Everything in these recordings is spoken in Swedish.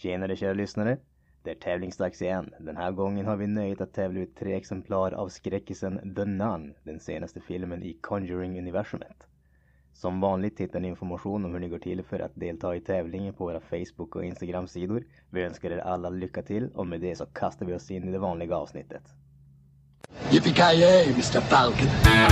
Tjenare kära lyssnare, det är tävlingsdags igen. Den här gången har vi nöjet att tävla ut 3 exemplar av skräckisen The Nun, den senaste filmen i Conjuring-universumet. Som vanligt hittar ni information om hur ni går till för att delta i tävlingen på våra Facebook- och Instagram-sidor. Vi önskar er alla lycka till och med det så kastar vi oss in i det vanliga avsnittet. Yippee-ki-yay, Mr. Falcon!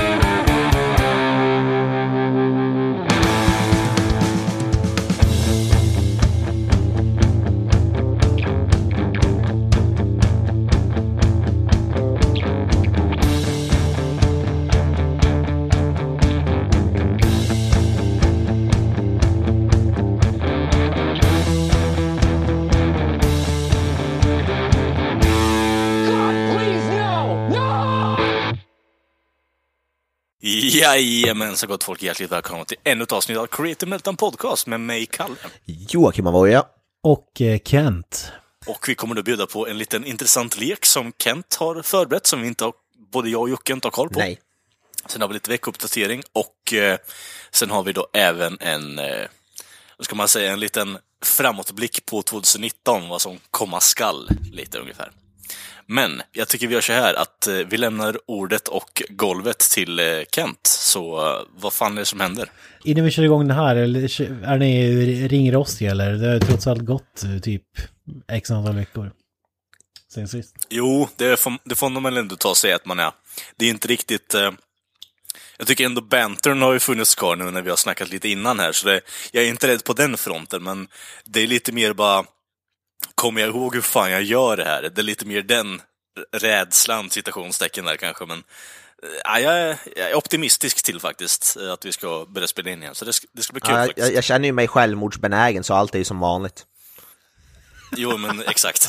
Jajamän, så gott folk, hjärtligt välkomna till ännu ett avsnitt av Creative Meltdown Podcast med mig, Kalle. Joakim Avoya. Och Kent. Och vi kommer att bjuda på en liten intressant lek som Kent har förberett, som vi inte har, både jag och Jocke inte har koll på. Nej. Sen har vi lite veckouppdatering och sen har vi då även vad ska man säga, en liten framåtblick på 2019, vad som komma skall, lite ungefär. Men jag tycker vi gör så här att vi lämnar ordet och golvet till Kent. Så vad fan är det som händer? Innan vi kör igång det här, är ni ringrostiga eller? Det har trots allt gått typ x antal veckor sen sist. Jo, det får man väl ändå ta sig att man är. Det är inte riktigt... jag tycker ändå bantern har ju funnits kvar nu när vi har snackat lite innan här. Så jag är inte rädd på den fronten, men det är lite mer bara... Kommer jag ihåg hur fan jag gör det här? Det är lite mer den rädslan, citationstecken där kanske. Men jag är optimistisk till faktiskt att vi ska börja spela in igen. Så det ska bli kul faktiskt. Jag känner ju mig självmordsbenägen, så allt är ju som vanligt. Jo, men exakt.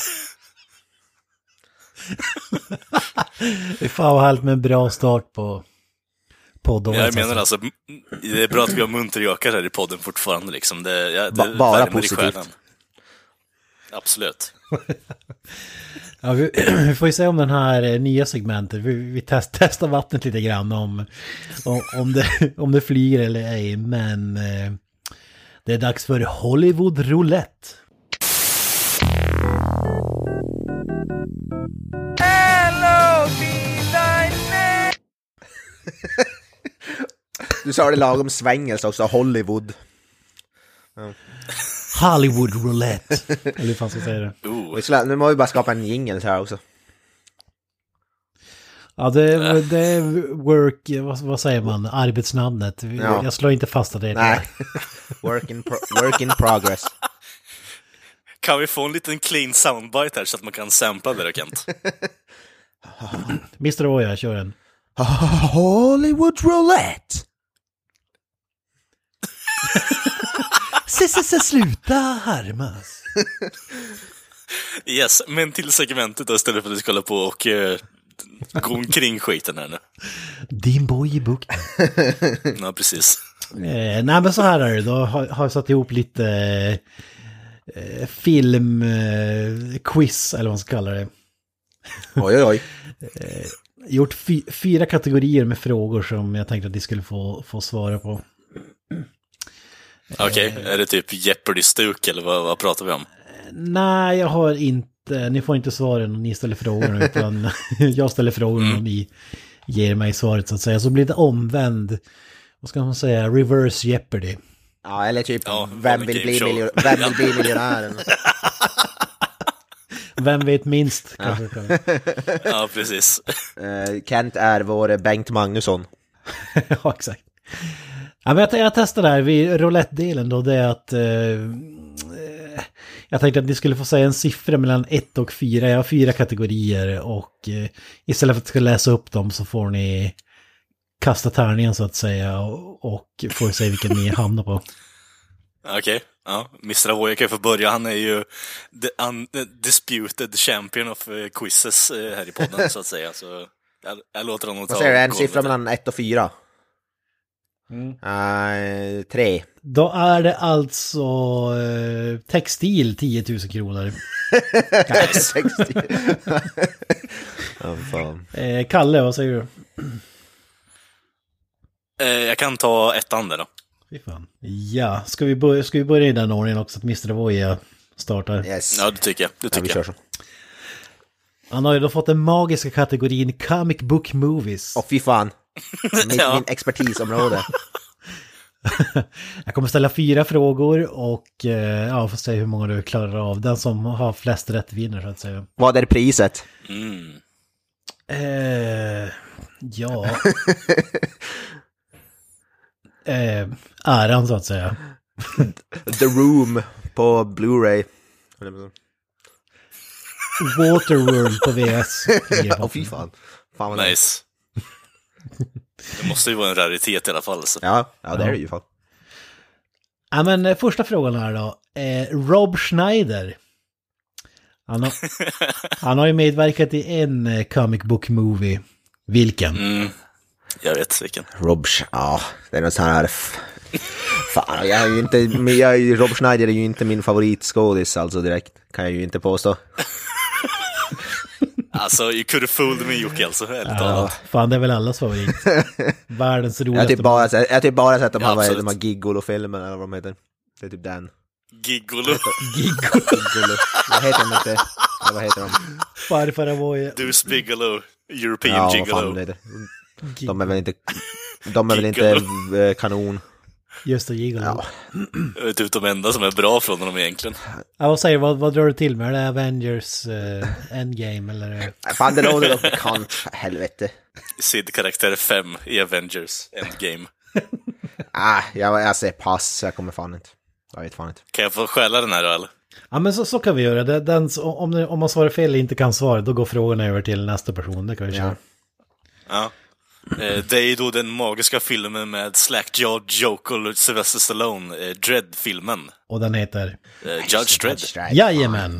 Det är fan vad härligt med en bra start på podden. Jag menar alltså, det är bra att vi har munterjökar här i podden fortfarande. Liksom. Det bara positivt. Absolut. Ja, vi får ju se om den här nya segmentet. Vi testar vattnet lite grann om det flyger eller ej. Men det är dags för Hollywood Roulette. Hello, du sa det lagom svängelse också, Hollywood. Ja. Hollywood Roulette. Eller hur fan ska jag säga det? Nu måste vi bara skapa en jingle här också. Ja, det är work, vad säger man? Arbetsnamnet. Ja. Jag slår inte fast att det är det. Nej. work in progress. Kan vi få en liten clean soundbite här så att man kan sampla det, Kent? Mr. Oya, kör en. Hollywood Roulette. Sluta härmas. Yes, men till segmentet då, istället för att vi ska hålla på och gå omkring skiten här nu. Din boy i bukten. Ja, precis. Nej, men så här är det. Då har jag satt ihop lite filmquiz, eller vad man ska kalla det. Oj. Gjort 4 kategorier med frågor som jag tänkte att ni skulle få svara på. Okej, är det typ Jeopardy-stuk eller vad pratar vi om? Nej, jag har inte. Ni får inte svaren och ni ställer frågorna, utan jag ställer frågorna och ni ger mig svaret så att säga. Så blir det omvänd, vad ska man säga, reverse Jeopardy. Ja, eller typ vem vill bli miljonären? Vem vet minst? Kanske. Ja, precis. Kent är vår Bengt Magnusson. Ja, exakt. Ja, men jag testade där vid roulette-delen då, det är att jag tänkte att ni skulle få säga en siffra mellan 1 och 4. Jag har 4 kategorier och istället för att jag ska läsa upp dem så får ni kasta tärningen så att säga och får se vilken ni hamnar på. Okej, ja. Mr. Avoya kan få börja. Han är ju the undisputed champion of quizzes här i podden så att säga. Så jag låter honom ta. Vad säger du, en siffra mellan 1 och 4? 3. Då är det alltså textil 10 000 kronor. Textil. Ja, fan. Kalle, vad säger du? Jag kan ta ettan där då. Fy fan. Ja, ska vi börja i den ordningen också att Mr. Avoya startar. Yes. Ja, det tycker jag. Vi kör så. Han har ju då fått den magiska kategorin Comic Book Movies. Fy fan. Min expertisområde. Jag kommer ställa 4 frågor och får se hur många du klarar av. Den som har flest rätt vinner, så att säga. Vad är priset? Ja. Äran, så att säga. The Room på Blu-ray. Waterworld på VS. Fy fan. Fan vad nice. Det måste ju vara en raritet i alla fall. Så. Ja, det är det ju fan. Ja, men första frågan här då. Rob Schneider. Han har ju medverkat i en comic book movie. Vilken? Jag vet vilken. Det är något sån här... Fan, Rob Schneider är ju inte min favoritskådis, alltså direkt. Kan jag ju inte påstå. Alltså, you could have fooled me, Jocke, alltså. Fan, det är väl allas favorit. Världens roligaste. Jag har typ bara sett de här Gigolo-filmerna, eller vad de heter. Det är typ den. Gigolo. Vad heter de inte? Vad heter de? Farfar Avoya. Deuce Bigelow. European Gigolo. De är väl inte kanon. Just det, Gigolo. Ja. Jag vet inte de enda som är bra från dem egentligen. Ja, vad säger du? Vad drar du till med? Är det Avengers Endgame eller? Fan, det låter dock bekant. Helvete. Sid karaktär 5 i Avengers Endgame. Jag säger pass. Jag kommer fan inte. Jag vet fan inte. Kan jag få stjäla den här då, eller? Ja, men så kan vi göra. Om man svarar fel eller inte kan svara, då går frågan över till nästa person. Det kan vi köra. Ja. Det är ju då den magiska filmen med Slackjaw, Joker och Sylvester Stallone, Dredd-filmen. Och den heter? Judge Dredd. Jajamän!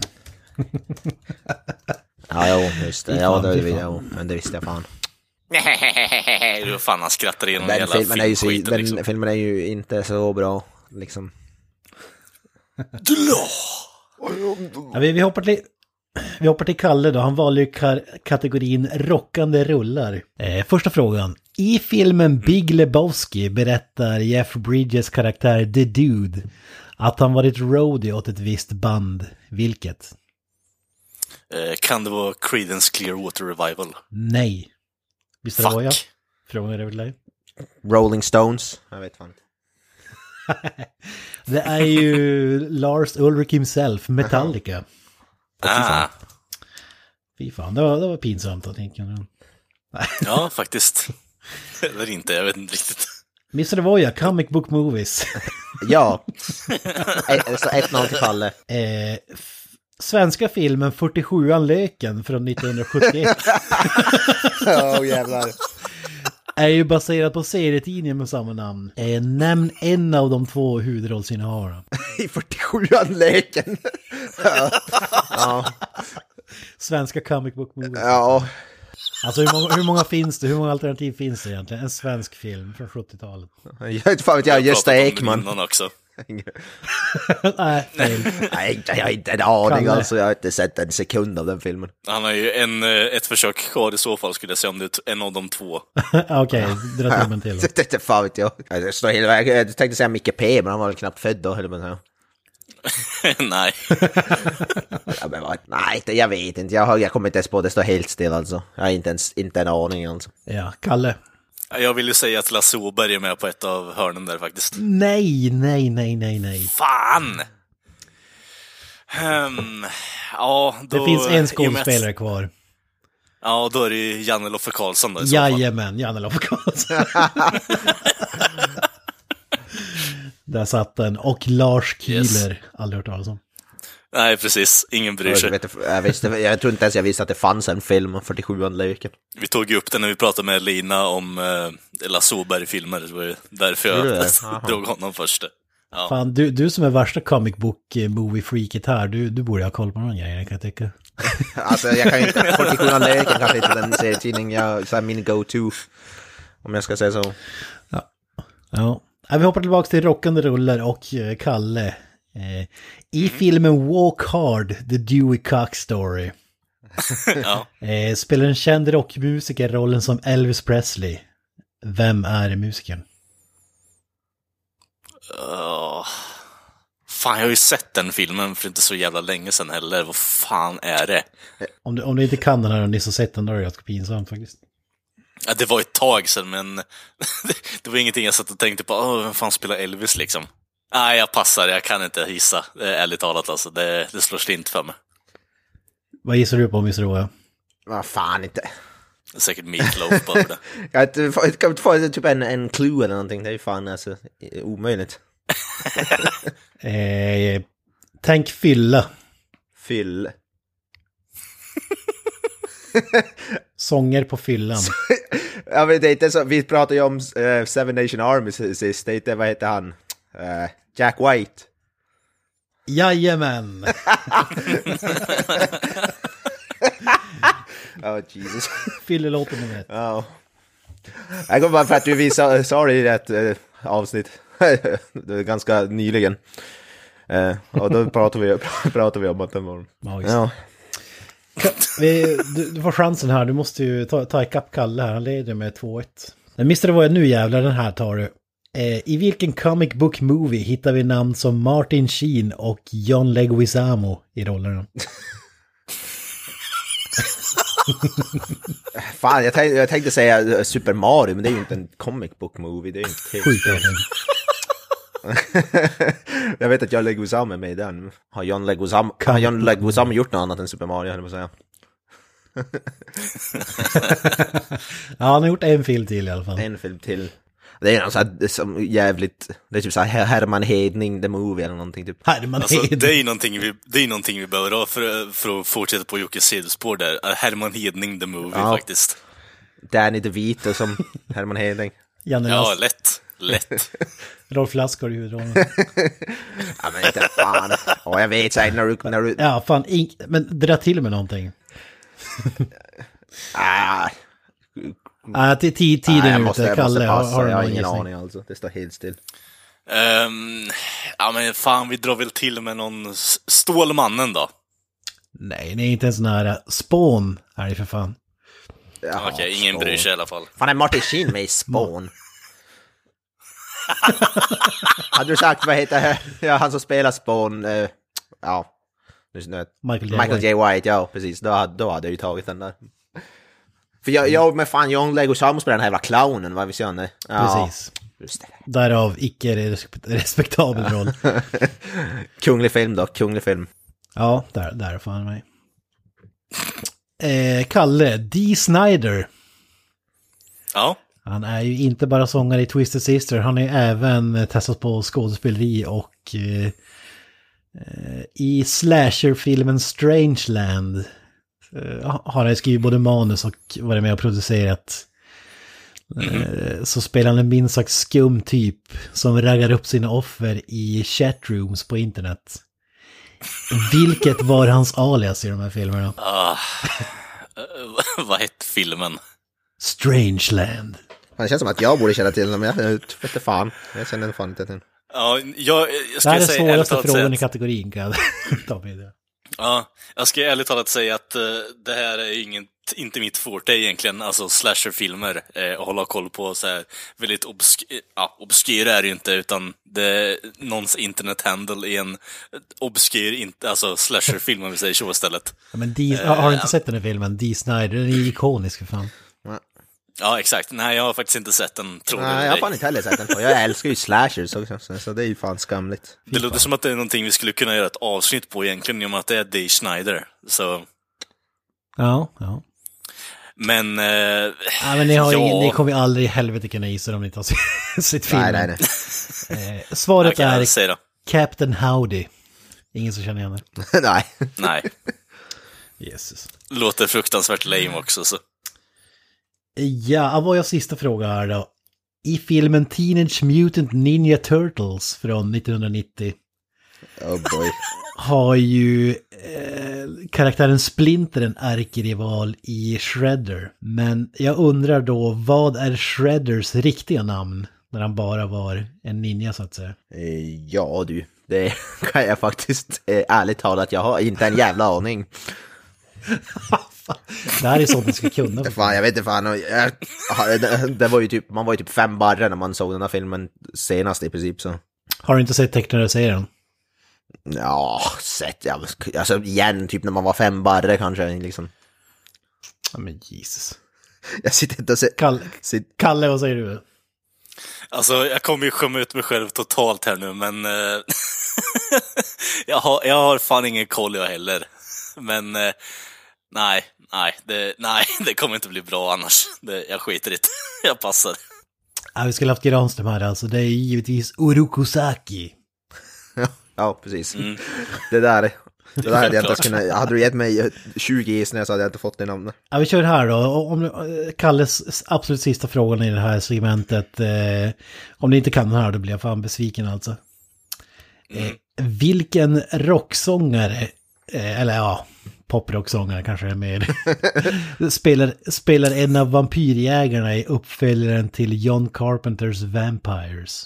Just det. Men det visste jag fan. Hur fan han skrattar igenom Den hela filmen liksom. Den filmen är ju inte så bra, liksom. Ja, vi hoppar till Kalle då. Han valde ju kategorin rockande rullar. Första frågan. I filmen Big Lebowski berättar Jeff Bridges karaktär The Dude att han varit roadie åt ett visst band. Vilket? Kan det vara Creedence Clearwater Revival? Nej. Visst är det vad jag? Fuck. Frågan är det väl dig? Rolling Stones. Jag vet fan. Det är ju Lars Ulrich himself, Metallica. Fy fan, det var pinsamt att tänka. Ja, faktiskt. Eller inte, jag vet inte riktigt. Mr. Voya, Comic Book Movies. Ja. Så 1-0 till Kalle. Svenska filmen 47an Löken från 1971. Jävlar. Är ju baserad på serietidningen med samma namn. Nämn en av de 2 huvudrollsinnehavarna. I 47an Löken. Ja. Svenska Comic Book Movies. Ja. Alltså hur många finns det? Hur många alternativ finns det egentligen? En svensk film från 70-talet. Jag vet fan vet jag, Gösta Ekman. Också. Nej, fel. Nej, jag har inte en aning alltså. Jag har inte sett en sekund av den filmen. Han har ju ett försök kvar i så fall, skulle jag säga, om det är en av de 2. Okej, dra tummen till. Det fan vet jag. Jag tänkte säga Micke P, men han var väl knappt född då, eller vad säger. Nej. Nej, jag vet inte. Jag kommer inte ens på det. Står helt still alltså. Jag har inte en aning alltså. Ja, Kalle. Jag vill ju säga att Lasse Åberg är med på ett av hörnen där faktiskt. Nej. Fan! Ja, då, det finns en skådespelare kvar. Ja, då är det ju Janne Loffe Karlsson då, Jajamän, Janne Loffe Karlsson. Där satt den. Och Lars Kühler. Yes. Aldrig hört talas om. Nej, precis. Ingen bryr sig. Jag tror inte ens jag visste att det fanns en film om 47an Löken. Vi tog ju upp den när vi pratade med Lina om Lasse Åberg-filmer. Det var ju därför jag drog honom först. Ja. Fan, du som är värsta comic book movie-freaket här, du borde ha koll på någon grej, kan jag tycka. Alltså, jag kan ju inte... 47an Löken kanske inte den serietidning så är min go-to. Om jag ska säga så. Ja. Vi hoppar tillbaka till rockande rullar och Kalle. I filmen Walk Hard, The Dewey Cox Story. Spelar en känd rockmusiker rollen som Elvis Presley. Vem är musikern? Fan, jag har ju sett den filmen för inte så jävla länge sedan heller. Vad fan är det? Om du inte kan den här och ni har sett den, då är det ganska pinsamt faktiskt. Ja, det var ett tag sedan, men det var ingenting jag satt och tänkte på. Vem fan spelar Elvis liksom? Nej, jag passar. Jag kan inte gissa. Ärligt talat alltså. Det slår slint för mig. Vad gissar du på, Mr. Roa? Vad fan inte. Det är säkert Meatloaf bara för det. Jag kan inte få typ en clue eller någonting. Det är ju fan alltså omöjligt. Tänk fylla. Fyll. Sånger på fyllan. Ja, men det är inte så. Vi pratade ju om Seven Nation Army sist. Det är inte, vad heter han? Jack White. Jajamän. Oh Jesus. Fyllelåten nummer 1. Ja. Jag går bara för att du sa det i ett avsnitt. Det är ganska nyligen. Och då pratar vi om att den var... Ja. Du får chansen här. Du måste ju ta ikapp Kalle här. Han leder med 2-1. Men Mr. Roa, nu jävlar, den här tar du. I vilken comic book movie hittar vi namn som Martin Sheen och John Leguizamo i rollerna? Fan, jag tänkte säga Super Mario, men det är ju inte en comic book movie. Det är inte helt... Jag vet att John Leguizamo är med i den. Har John Leguizamo gjort något annat än Super Mario, höll jag på att säga. Ja, han har gjort en film till i alla fall. En film till. Det är något så här, som jävligt... Det är typ så här Herman Hedning the Movie eller någonting typ. Herman alltså, Hedning. Det är någonting vi behöver ha för att fortsätta på Jockes sidospår där. Herman Hedning the Movie, ja, faktiskt. Danny DeVito som Herman Hedning. Ja, lätt. Rolf Lassgård i huvudrollen. Ja, men inte fan. Jag vet så när du... Ja, fan. Men dra till med någonting. Tiden är ute. Kalle, har jag har ingen aning alltså. Det står helt still. Ja, men fan, vi drar väl till med någon Stålmannen då. Nej, det är inte en sån här Spawn är det för fan. Ja, okej, ingen bryr sig i alla fall. Fan, är Martin Sheen med i Spawn? Hade du sagt, vad heter ja, han som spelar Spawn? Ja, Michael J. White, ja, precis. Då hade jag ju tagit den där. För jag med fan John Leguizamo spelar den här jävla clownen, vad vi ser nu. Ja, precis. Just det. Därav icke respektabel roll. Kunglig film då, kunglig film. Ja, där fan mig. Kalle, Dee Snider. Ja. Han är ju inte bara sångare i Twisted Sister, han är även testat på skådespeleri och i slasherfilmen Strangeland har han skrivit både manus och varit med och producerat. Så spelar han en minst sagt skum typ som raggar upp sina offer i chatrooms på internet. Vilket var hans alias i de här filmerna? Vad hette filmen? Strangeland. Det känns som att jag borde känna till den, men jag vet inte fan. Jag känner fan inte till den. Ja, jag ska det är den svåraste frågan i kategorin, kan jag ta med det. Ja, jag ska ärligt talat säga att det här är inte mitt forte egentligen, alltså slasherfilmer, och hålla koll på så här väldigt obskyr är det ju inte, utan det är någons internethandle i en obskyr alltså slasherfilm, om vi säger så istället. Ja, men har du inte sett den här filmen? Dee Snider, den är ikonisk för fan. Ja, exakt. Nej, jag har faktiskt inte sett den, tror jag. Nej, jag har fan inte heller sett den. Jag älskar ju slashers också, så det är ju fan skamligt. Det låter som att det är någonting vi skulle kunna göra ett avsnitt på egentligen, om att det är Dee Snider. Så... Ja. Men... men ni kommer aldrig i helvete kunna gissa om ni inte har sett filmen. Nej. Svaret är Captain Howdy. Ingen som känner igen det. Nej. Jesus. Låter fruktansvärt lame också, så... Ja, vad är sista fråga här då? I filmen Teenage Mutant Ninja Turtles från 1990 har ju karaktären Splinter en ärkerival i Shredder. Men jag undrar då, vad är Shredders riktiga namn när han bara var en ninja, så att säga? Ja du, det kan jag faktiskt ärligt talat, jag har inte en jävla aning. Det här är sånt man ska kunna. Fan, jag vet inte fan. Det var ju typ, man var ju typ 5 barre när man såg den här filmen senast i princip, så. Har du inte sett tecknade serien? Ja, alltså igen, typ när man var 5 barre kanske liksom. Ja, men Jesus. Jag sitter inte och ser... Kalle, vad säger du? Alltså, jag kommer ju skämma ut mig själv totalt här nu, men jag har fan ingen koll jag heller. Men nej, det kommer inte bli bra annars. Jag skiter i det. Jag passar. Ja, vi skulle haft Granström här alltså. Det är givetvis Orokusaki. Ja, precis. Det där hade jag inte kunnat... Hade du gett mig 20 gissningar så hade jag inte fått det namnet. Ja, vi kör här då. Om Kalles absolut sista frågan i det här segmentet. Om ni inte kan den här, då blir jag fan besviken alltså. Vilken rocksångare, eller ja, poprocksångare kanske är mer, spelar en av vampyrjägarna i uppföljaren till John Carpenters Vampires?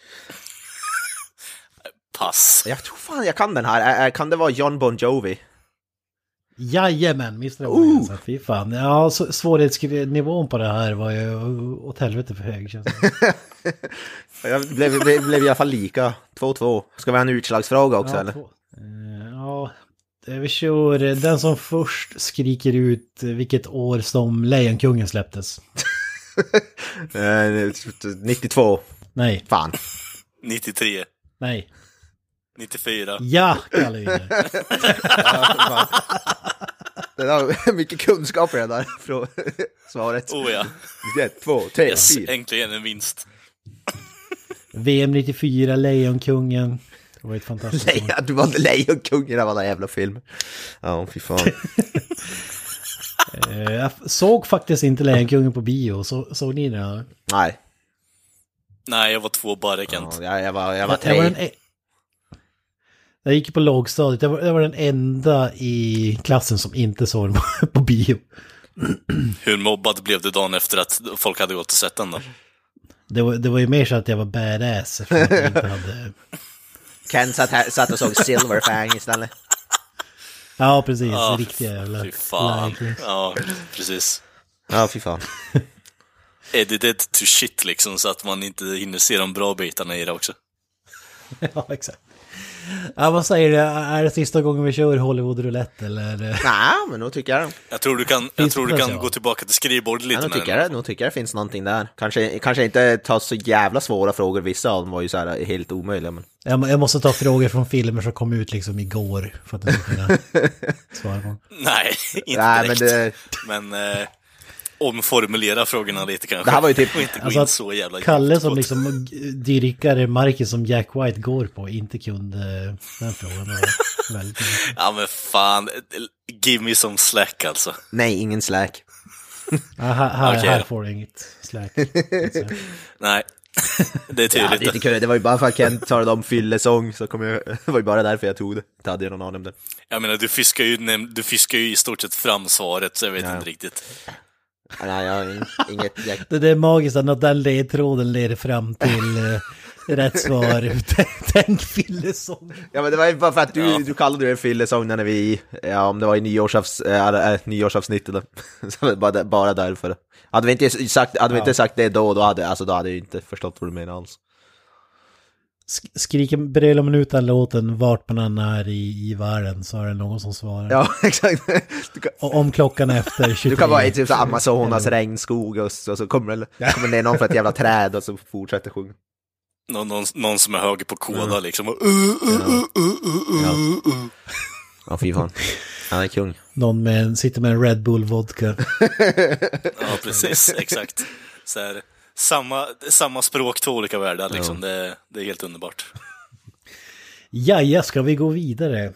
Pass. Jag tror fan jag kan den här. Kan det vara John Bon Jovi? Jajamän, missade jag. Fy fan. Ja, svårighetsnivån på det här var ju åt helvete för hög. Jag blev i alla fall lika. 2-2. Ska vi ha en utslagsfråga också, eller? Ja, vi kör den som först skriker ut vilket år som Lejonkungen släpptes. 92. Nej. Fan. 93. Nej. 94. Ja, Kalle vinner. Det var mycket kunskap i det där från svaret. Oh ja. 1, 2, 3, yes, 4. äntligen en vinst. VM 94, Lejonkungen. Det var ett fantastiskt år. Du var Lejonkungen av alla jävla film. Ja, fy fan. Jag såg faktiskt inte Lejonkungen på bio. Såg ni det? Nej, jag var 2 bara, Kent. Ja, jag var 3. Jag gick på lågstadiet. Jag var den enda i klassen som inte såg på bio. Hur mobbad blev du dagen efter att folk hade gått och sett den då? Det var ju mer så att jag var badass. För att jag inte hade... Ken satt och såg Silverfang istället. Ja, precis. Riktiga jävla... Fy fan. Ja, precis. Ja, fy fan. Edited to shit liksom, så att man inte hinner se de bra bitarna i det också. Ja, exakt. Ja, vad säger du? Är det sista gången vi kör Hollywood Roulette eller? Nej, men nog tycker jag. Jag tror du kan gå tillbaka till skrivbordet lite. Nog tycker jag det finns någonting där. Kanske inte ta så jävla svåra frågor. Vissa av dem var ju så här helt omöjliga. Men... Jag måste ta frågor från filmer som kom ut liksom igår för att inte kunna svara på. Nej, inte direkt. Men omformulera frågorna lite kanske. Det här var ju typ inte gå in så jävla Kalle som liksom dyrkare marken som Jack White går på inte kunde den frågan. Ja men fan, give me some slack alltså. Nej, ingen slack. Här får du inget slack. Nej, det är tydligt. Det var ju bara för att Kent talade om fyllesång, så det var ju bara därför jag tog det. Det hade jag någon aning om det. Jag menar, du fiskar ju i stort sett fram svaret, så jag vet inte riktigt. Nej, jag har inget... Det är magiskt att den ledtråden leder fram till rätt svar. Tänk fyllesång. Ja, men det var ju bara för att du kallade det en fyllesång när vi... Ja, om det var i nyårsavsnittet då. Så bara därför. Hade vi inte sagt det då hade jag inte förstått vad du menar alls. Brälar man ut den låten vart man än är i världen, så är det någon som svarar. Ja, exakt. Om klockan efter 23. Du kan vara i typ så Amazonas regnskog och så kommer det någon för ett jävla träd och så fortsätter sjunga. Någon som är höger på koda liksom. Och Ja, fy fan. Han är kung. Någon sitter med en Red Bull vodka. Ja, precis. Exakt. Så här, samma språk, 2 olika världar liksom. Det är helt underbart. Ja, ska vi gå vidare?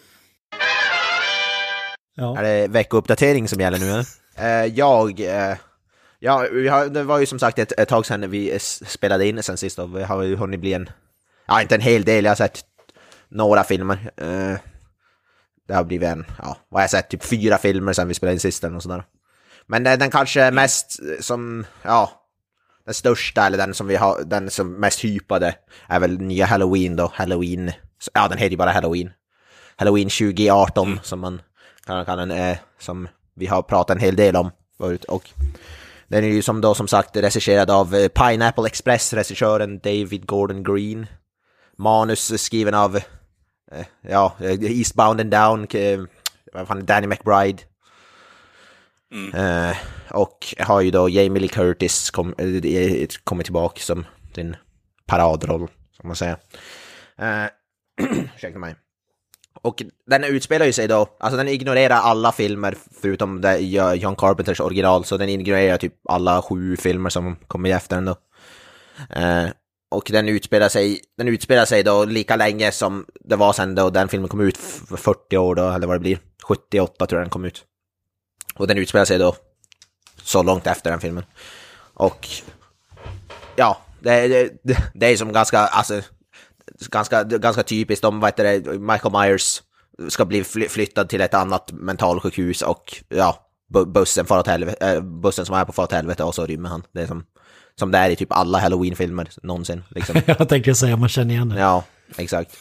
Ja. Är det veckouppdatering som gäller nu? Det var ju som sagt ett tag sedan vi spelade in sen sist, och vi har ju hunnit bli inte en hel del, jag har sett några filmer. Det har blivit vad har jag sett, typ 4 filmer sen vi spelade in sist eller något sådär. Men den kanske mest som, den största, eller den som vi har, den som mest hypade är väl nya Halloween då. Halloween, den heter ju bara Halloween 2018 som man kan som vi har pratat en hel del om förut, och den är ju som sagt regisserad av Pineapple Express regissören David Gordon Green, manus skriven av Eastbound and Down, vad fan, Danny McBride. Och har ju då Jamie Lee Curtis kommit tillbaka som din paradroll, som man säger. Ursäkta mig. Och den utspelar ju sig då, alltså den ignorerar alla filmer förutom John Carpenters original, så den ignorerar typ alla 7 filmer som kommer efter den då. Och den utspelar sig då lika länge som det var sen då den filmen kom ut för 40 år då, eller vad det blir, 78 tror jag den kom ut. Och den utspelar sig då så långt efter den filmen. Och ja, det är som ganska typiskt om Michael Myers ska bli flyttad till ett annat mentalsjukhus och ja, bussen som är på far åt helvete och så rymmer han. Det är som det är i typ alla Halloween-filmer någonsin liksom. Jag tänkte säga, man känner igen det. Ja, exakt.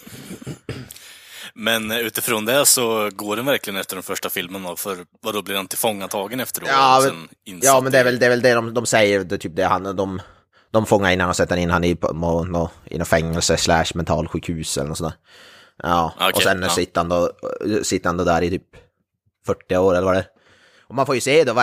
Men utifrån det så går den verkligen efter den första filmen, för vad då blir han tillfångatagen efteråt? Ja, men det är väl det de säger, det typ det de fångar in han och sätter in han i någon fängelse / mentalsjukhus eller något sådär. Ja, okay, och sen sitter han då där i typ 40 år eller vad det är. Och man får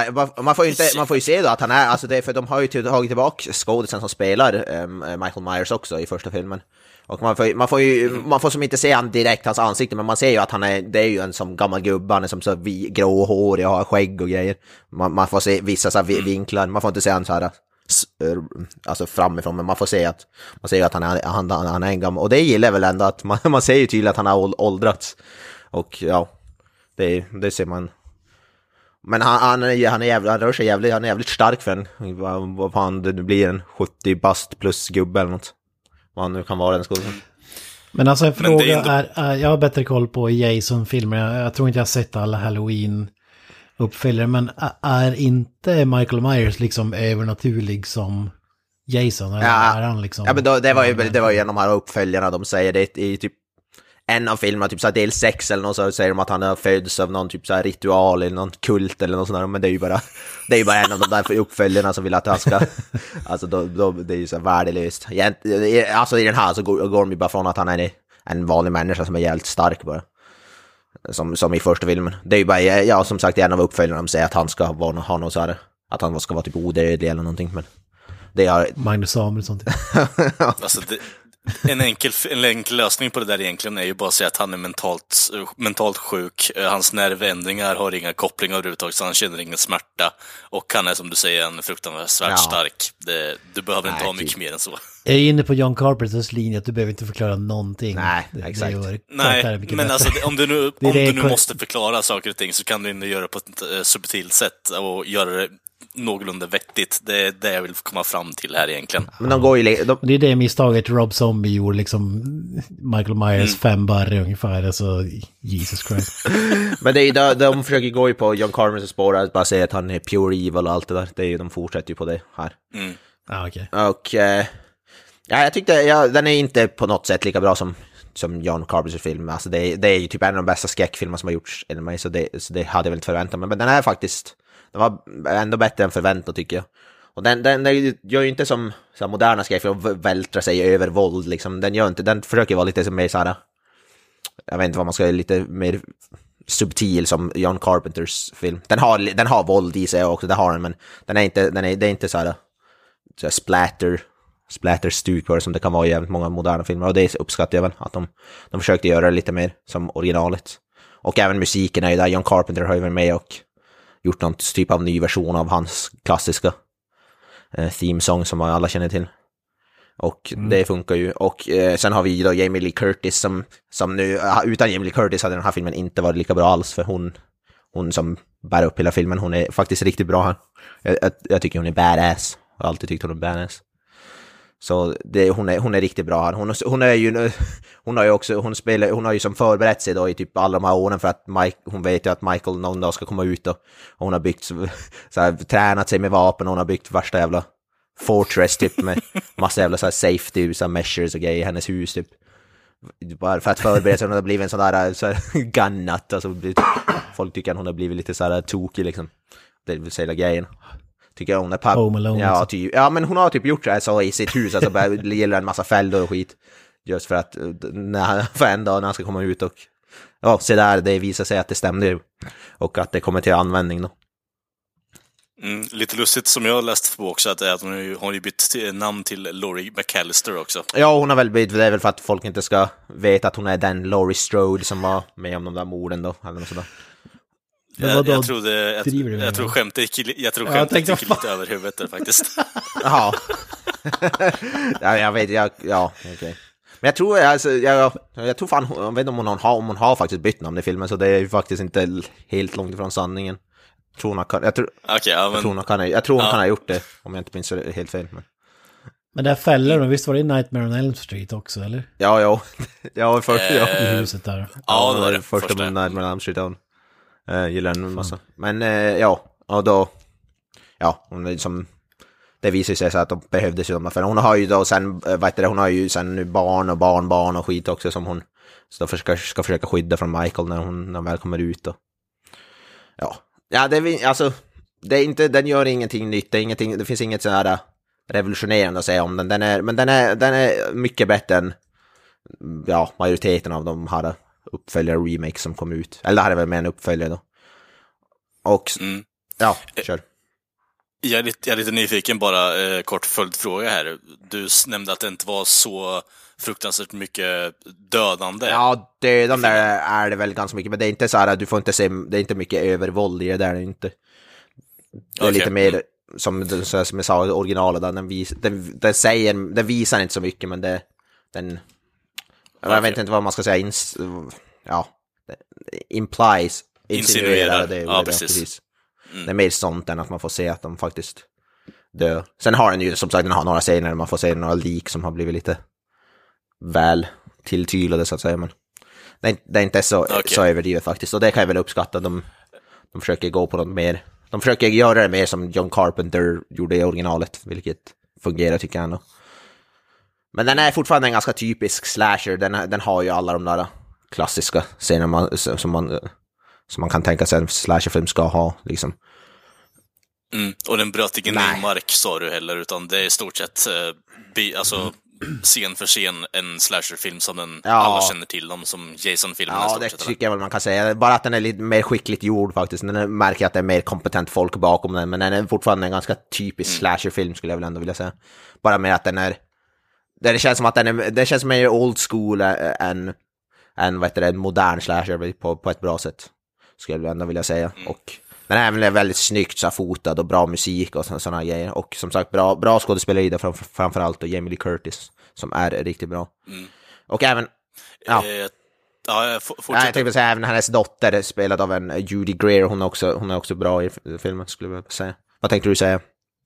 ju se då att han är, alltså det är för de har ju tagit tillbaka skådisen som spelar Michael Myers också i första filmen. Och man får som inte se han direkt hans ansikte, men man ser ju att det är ju en som gammal gubbe, han är som så gråhårig och har skägg och grejer. Man får se vissa så här vinklar, man får inte se han så här alltså framifrån, men man ser ju att han är en gammal, och det gillar väl ändå att man ser ju tydligt att han har åldrats. Och ja, det ser man. Men han rör sig jävligt stark för vad fan det blir, en 70 bast plus gubbe eller något. Vad han nu kan vara den skolan. Men alltså en fråga är, jag har bättre koll på Jason-filmer. Jag tror inte jag har sett alla Halloween-uppföljare, men är inte Michael Myers liksom övernaturlig som Jason? Eller är han liksom... Ja, men det var ju en av de här uppföljarna, de säger det i typ en av filmerna, typ så här del 6 eller något, så säger de att han har föds av någon typ så här ritual eller någon kult eller något sånt där, men det är ju bara en av de där uppföljarna som vill att han ska, alltså det är ju så värdelöst. Alltså i den här så går de ju bara från att han är en vanlig människa som är jävligt stark bara. Som i första filmen. Det är ju bara, ja, som sagt, en av uppföljarna de säger att han ska ha något så här, att han ska vara typ odödlig eller någonting, men det har Magnus Samuelsson. Alltså en enkel lösning på det där egentligen är ju bara att säga att han är mentalt sjuk. Hans nervändringar har inga kopplingar överhuvudtaget, så han känner ingen smärta. Och han är, som du säger, en fruktansvärt stark. Du behöver inte ha mycket mer än så. Jag är inne på John Carpenters linje att du behöver inte förklara någonting. Nej, exakt. Nej, men alltså om du nu måste förklara saker och ting, så kan du inte göra det på ett subtilt sätt och göra det någorlunda vettigt. Det är det jag vill komma fram till här egentligen. Men de går ju det är det misstaget Rob Zombie gjorde, liksom Michael Myers 5 barre ungefär, alltså Jesus Christ. Men det är de försöker gå ju på John Carpenters spår, att bara säga att han är pure evil och allt det där. Det är ju, de fortsätter ju på det här. Okej. Och jag tyckte den är inte på något sätt lika bra som John Carpenters film. Alltså det är ju typ en av de bästa skräckfilmer som har gjorts enligt mig, så det hade jag väl inte förväntat mig. Men den är faktiskt, den var ändå bättre än förväntat, tycker jag. Och den gör ju inte som så moderna skräckfilmer och vältrar sig över våld liksom. Den försöker vara lite mer så här, jag vet inte vad man ska, lite mer subtil som John Carpenters film. Den har våld i sig också, det har den, men det är inte så här splatter-stuk som det kan vara i jävligt många moderna filmer, och det uppskattar jag väl, att de försökte göra det lite mer som originalet. Och även musiken är ju där. John Carpenter har ju varit med och gjort någon typ av ny version av hans klassiska theme-song som alla känner till. Och det funkar ju. Och sen har vi då Jamie Lee Curtis som nu, utan Jamie Lee Curtis hade den här filmen inte varit lika bra alls, för hon som bär upp hela filmen, hon är faktiskt riktigt bra här. Jag tycker hon är badass. Jag har alltid tyckt hon är badass. Så hon är riktigt bra här. Hon har ju som förberett sig då i typ alla de här åren, för att hon vet ju att Michael någon dag ska komma ut, och hon har byggt så här, tränat sig med vapen, och hon har byggt värsta jävla fortress typ med massa jävla så här safety, så här measures och grejer i hennes hus typ. Bara för att förbereda sig. Hon har blivit en sån där så här gunnat, alltså folk tycker att hon har blivit lite så här tokig liksom. Det vill säga grejen. Tycker jag hon är Home Alone, ja, men hon har typ gjort så i sitt hus, alltså bara gillar en massa fällor och skit. Just för att för en dag när han ska komma ut och se där, det visar sig att det stämde och att det kommer till användning då. Lite lustigt som jag har läst på också att hon har ju bytt namn till Laurie McAllister också. Ja, hon har väl bytt, det är väl för att folk inte ska veta att hon är den Laurie Strode som var med om de där morden då, eller något sådär. Jag tror skämtet gick lite över huvudet där faktiskt. Jaha. Jag vet, okej. Men jag tror, alltså, jag tror fan, jag vet inte om hon har faktiskt bytt namn i filmen, så det är ju faktiskt inte helt långt ifrån sanningen. Jag tror hon kan ha gjort det, om jag inte minns det helt fel. Men det här fällor, visst var det Nightmare on Elm Street också, eller? Ja, först i huset där. Ja, det var det första med Nightmare on Elm Street. Gillar den en massa. Men och då hon liksom, det visar sig så att de behövdes ju de här, för hon har ju då sen hon har ju sen nu barn och barnbarn och skit också som hon ska försöka skydda från Michael när hon väl kommer ut och det är inte, den gör ingenting nytt, det finns inget så här revolutionerande att säga om den. Den är mycket bättre än majoriteten av de här uppföljare remakes som kom ut. Eller det här är väl med en uppföljare då. Och kör. Jag är lite nyfiken bara, kort följdfråga här. Du nämnde att det inte var så fruktansvärt mycket dödande. Ja, dödande är det väl ganska mycket, men det är inte så här, du får inte se, det är inte mycket övervåld i det där, inte. Det är lite mer som jag sa, originalet där, den visar inte så mycket, men jag vet inte vad man ska säga, insinuerar det. Ja, precis. Det är mer sånt än att man får se att de faktiskt dör. Sen har den ju, som sagt, den har några scener där man får se några lik som har blivit lite väl tilltydade så att säga, men det är inte så överdrivet faktiskt, och det kan jag väl uppskatta. De försöker gå på något mer, de försöker göra det mer som John Carpenter gjorde i originalet, vilket fungerar tycker jag ändå. Men den är fortfarande en ganska typisk slasher, den har ju alla de där klassiska scener som man kan tänka sig en slasherfilm ska ha liksom. Och den bröt ingen ny mark sa du heller, utan det är i stort sett scen för scen en slasherfilm som alla känner till dem, som Jason-filmen. Ja, det tycker jag väl man kan säga. Bara att den är lite mer skickligt gjord faktiskt. Den märker att det är mer kompetent folk bakom den, men den är fortfarande en ganska typisk slasherfilm skulle jag väl ändå vilja säga. Bara med att det känns som att det känns mer old school än en modern slasher på ett bra sätt, skulle jag ändå vilja säga. Och den är väl väldigt snyggt så fotad och bra musik och sådana grejer. Och som sagt, bra skådespeleri där framförallt, och Jamie Lee Curtis som är riktigt bra. Och även jag tänkte säga även hennes dotter spelad av en Judy Greer, hon är också bra i filmen skulle jag säga. Vad tänkte du säga?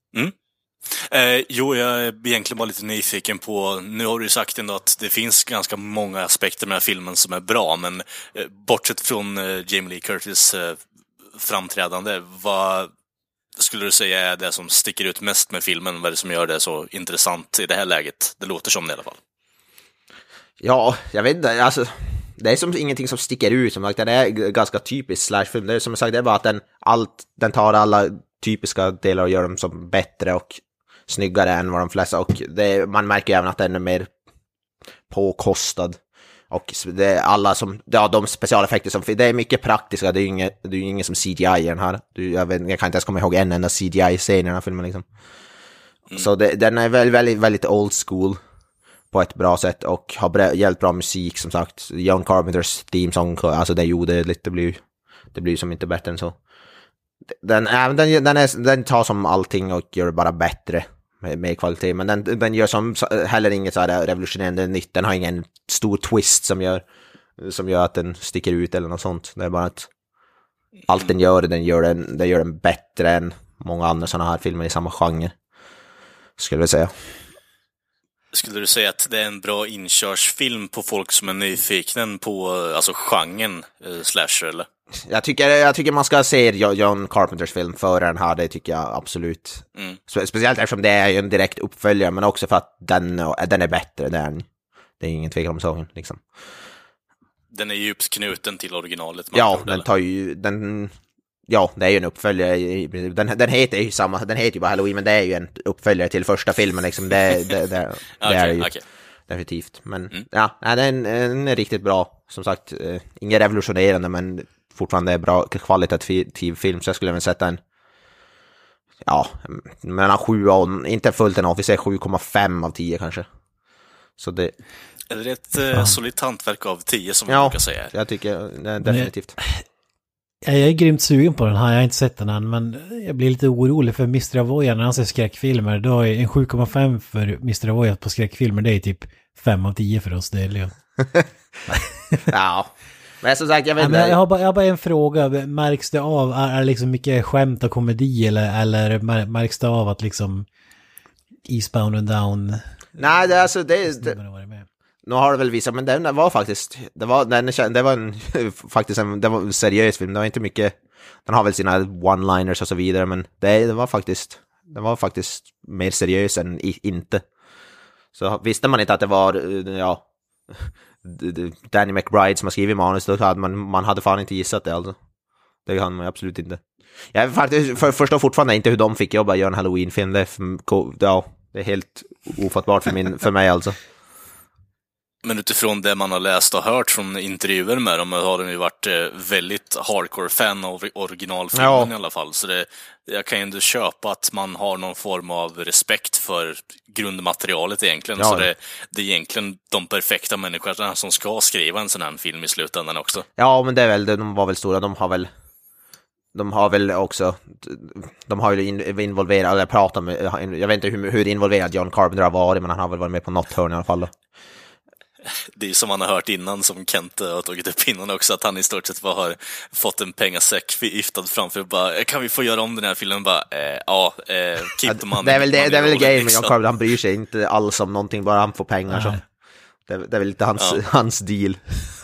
Jag är egentligen bara lite nyfiken på, nu har du ju sagt ändå att det finns ganska många aspekter med den här filmen som är bra, men bortsett från Jamie Lee Curtis framträdande, vad skulle du säga är det som sticker ut mest med filmen? Vad är det som gör det så intressant i det här läget? Det låter som det i alla fall. Ja, jag vet inte, alltså det är som ingenting som sticker ut, som sagt, det är ganska typisk slashfilm. Det är som jag sagt, det är bara att den tar alla typiska delar och gör dem som bättre och snyggare än vad de flesta, och man märker även att den är mer påkostad, och det är alla som de specialeffekter som det är mycket praktiska, det är ju inget som CGI i den här. Jag kan inte ens komma ihåg en enda CGI-scen i den här filmen liksom. Så den är väldigt, väldigt old school på ett bra sätt, och har jävligt bra musik som sagt. John Carpenters theme song, alltså det blir som inte bättre än så. Den tar som allting och gör det bara bättre med kvalitet, men den gör som heller inget så här revolutionerande nytt. Den har ingen stor twist som gör att den sticker ut eller något sånt. Det är bara att allt den gör den bättre än många andra sådana här filmer i samma genre, skulle jag säga. Skulle du säga att det är en bra inkörsfilm på folk som är nyfikna på genren slasher, eller? Jag tycker man ska se John Carpenters film före den här, det tycker jag absolut. Speciellt eftersom det är en direkt uppföljare, men också för att den är bättre. Det är ingen tvekan om saken liksom. Den är djupt knuten till originalet. Det är ju en uppföljare. Den heter ju bara Halloween, men det är ju en uppföljare till första filmen liksom. Det är ju. Okay. definitivt. Men ja, den är riktigt bra. Som sagt, inget revolutionerande, men fortfarande är bra kvalitativ film. Så jag skulle även sätta en mellan 7 och, inte fullt en officer, 7,5 av 10 kanske. Så det... Eller ett solidt hantverk av 10 som man brukar säga. Ja, jag tycker definitivt. Jag är grymt sugen på den här, jag har inte sett den än, men jag blir lite orolig för Mr. Avoya när han ser skräckfilmer. Då är en 7,5 för Mr. Avoya på skräckfilmer, det är typ 5 av 10 för oss, det är Leon. Ja, men som sagt, jag vet inte. Jag har bara en fråga, märks det av, är liksom mycket skämt och komedi, eller märks det av att liksom Eastbound and Down? Nej, det är alltså, nu har det väl visat, men den var faktiskt, det var en seriös film. Det var inte mycket, den har väl sina one-liners och så vidare, men det var faktiskt mer seriös än inte. Så visste man inte att det var Danny McBride som har skrivit manus, då hade man hade fan inte gissat det alltså. Det kan man absolut inte. Jag förstår fortfarande inte hur de fick jobba och göra en Halloween-film. Det är helt ofattbart för mig alltså. Men utifrån det man har läst och hört från intervjuer med dem har de ju varit väldigt hardcore-fan av originalfilmen i alla fall. Så jag kan ju ändå köpa att man har någon form av respekt för grundmaterialet egentligen. Ja. Så det är egentligen de perfekta människorna som ska skriva en sån här film i slutändan också. Ja, men det är väl, de var väl stora, de har väl också, de har ju involverat, eller pratat med, jag vet inte hur involverad John Carpenter har varit, men han har väl varit med på något hörn i alla fall då. Det är som man har hört innan, som Kent har tagit upp innan också, att han i stort sett bara har fått en pengasäck förgiftad framför och bara, kan vi få göra om den här filmen? Bara, keep the money. Det är väl game, John Carpenter, han bryr sig inte alls om någonting, bara han får pengar. Så. Det är väl inte hans deal.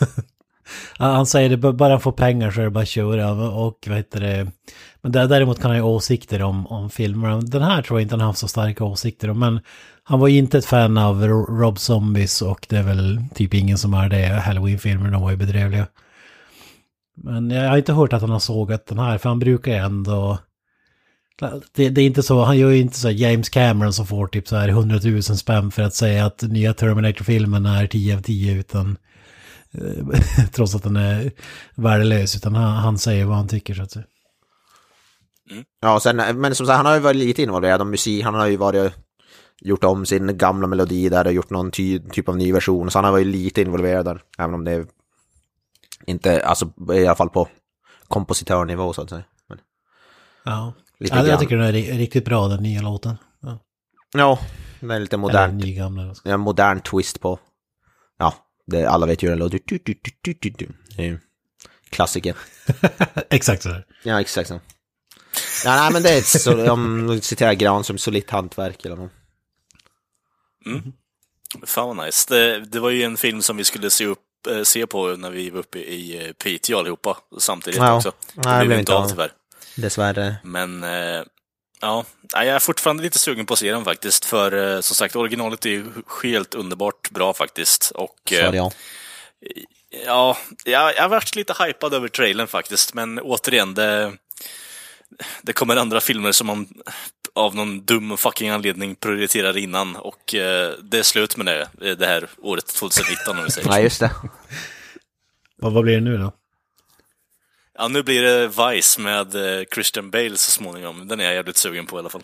Han säger det, bara han får pengar så är det bara att köra, och vad heter det, men däremot kan han ju åsikter om filmer. Den här tror jag inte han har haft så starka åsikter om, men han var inte ett fan av Rob Zombies, och det är väl typ ingen som är det. Halloween-filmerna var ju bedrövliga. Men jag har inte hört att han har sågat den här, för han brukar ju ändå... Det är inte så, han gör ju inte så James Cameron som får typ så här 100 000 spänn för att säga att nya Terminator-filmen är 10 av 10, utan trots att den är värdelös, utan han säger vad han tycker, så att säga. Ja, sen, men som sagt, han har ju varit lite involverad om musik, han har ju gjort om sin gamla melodi där och gjort någon typ av ny version, så han har varit lite involverad där, även om det är inte, alltså i alla fall på kompositörnivå så att säga. Men jag tycker den är riktigt bra, den nya låten. Ja, det är lite modern, modern twist på, alla vet ju hur den låter. Klassiker. Exakt så där. Ja, exakt så. Ja, nej, men det är så, om citerar Gran som solitt hantverk eller något. Fan vad nice. Det var ju en film som vi skulle se på när vi var uppe i Piteå allihopa samtidigt också. Nej, det blev inte av tyvärr. Dessvärre. Men jag är fortfarande lite sugen på att se den faktiskt, för som sagt, originalet är ju helt underbart bra faktiskt. Och jag har varit lite hypad över trailern faktiskt, men återigen, det kommer andra filmer som man av någon dum fucking anledning prioriterar innan, och det är slut med det här året 2019 om vi säger. Ja, just det. Vad blir det nu då? Ja, nu blir det Vice med Christian Bale så småningom. Den är jag jävligt sugen på i alla fall.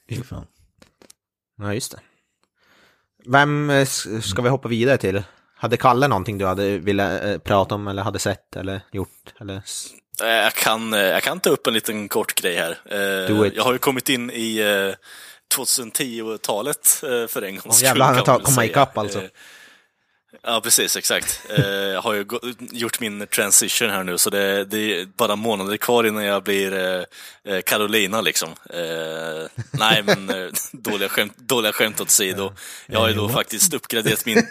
Ja, just det. Vem ska vi hoppa vidare till? Hade Kalle någonting du hade ville prata om, eller hade sett eller gjort? Eller... Jag kan ta upp en liten kort grej här. Jag har ju kommit in i 2010-talet för en gångs skull. Jävlar, han komma ikapp alltså. Ja, precis, exakt. Jag har ju gjort min transition här nu, så det är bara månader kvar innan jag blir Carolina liksom. Nej, men dåliga skämt åt sido. Jag har ju då faktiskt uppgraderat min...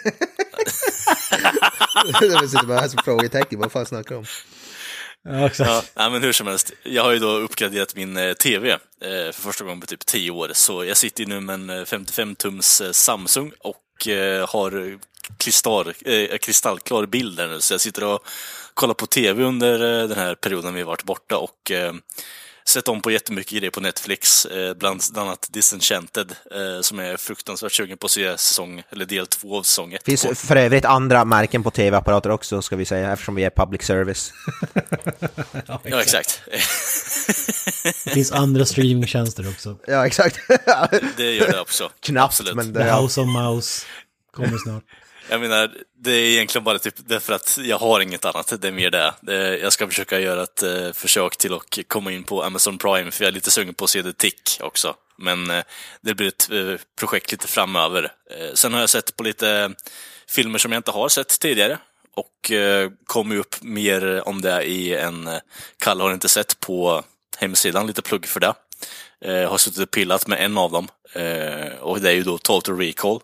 Det sitter bara här som frågetecken, vad fan snackar om? Ja, men hur som helst, jag har ju då uppgraderat min tv för första gången på typ 10 år. Så jag sitter nu med en 55-tums Samsung och har kristallklar bild där nu. Så jag sitter och kollar på tv under den här perioden vi har varit borta, och sett om på jättemycket grejer på Netflix, bland annat Disenchanted, som är fruktansvärt sugen på att se säsong, eller del 2 av säsong 1. Finns för övrigt andra märken på tv-apparater också, ska vi säga, eftersom vi är public service. Ja, exakt. Det finns andra streamingtjänster också. Ja, exakt. Det gör det också. Knappt, absolut. men The House of Mouse kommer snart. Jag menar, det är egentligen bara typ därför att jag har inget annat, det är mer det. Jag ska försöka göra ett försök till att komma in på Amazon Prime, för jag är lite sugen på att se The Tick också. Men det blir ett projekt lite framöver. Sen har jag sett på lite filmer som jag inte har sett tidigare, och kommer upp mer om det i en Kalle har inte sett på hemsidan, lite plugg för det. Har suttit och pillat med en av dem, och det är ju då Total Recall.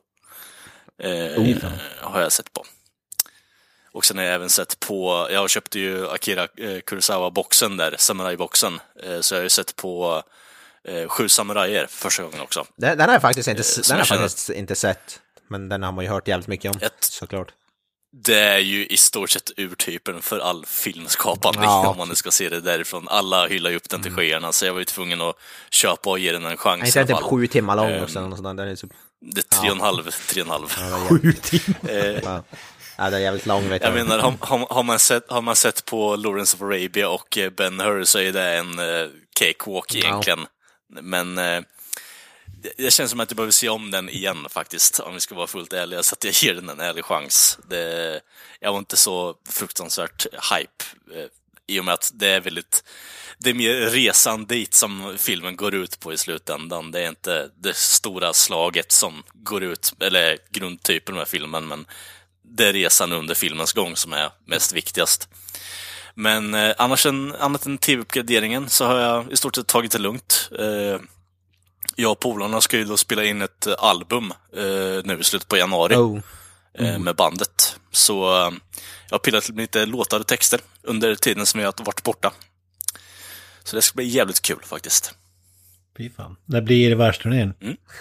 Har jag sett på. Och sen har jag även sett på, jag köpte ju Akira Kurosawa-boxen där, Samurai-boxen, så jag har ju sett på 7 samurajer för första gången också. Den har jag faktiskt inte sett, men den har man ju hört jävligt mycket om, såklart. Det är ju i stort sett urtypen för all filmskapande, om man nu ska se det därifrån. Alla hyllar ju upp den till skyarna, så jag var ju tvungen att köpa och ge den en chans. Inte typ 7 timmar lång och sådär. Det är typ... Det är 3,5. 7 timmar. Ja, det är jävligt lång, vet jag. Menar, har man sett på Lawrence of Arabia och Ben-Hur, så är det en cakewalk egentligen. Men det känns som att jag behöver se om den igen faktiskt, om vi ska vara fullt ärliga, så att jag ger den en ärlig chans. Jag var inte så fruktansvärt hype, i och med att det är mer resan dit som filmen går ut på i slutändan. Det är inte det stora slaget som går ut, eller grundtypen med filmen, men det är resan under filmens gång som är mest viktigast. Men annat än tv-uppgraderingen så har jag i stort sett tagit det lugnt. Jag och polarna ska ju då spela in ett album nu i slutet på januari med bandet. Så jag har pillat lite låtar och texter under tiden som jag har varit borta. Så det ska bli jävligt kul faktiskt. Fy fan. Det blir världsturnén.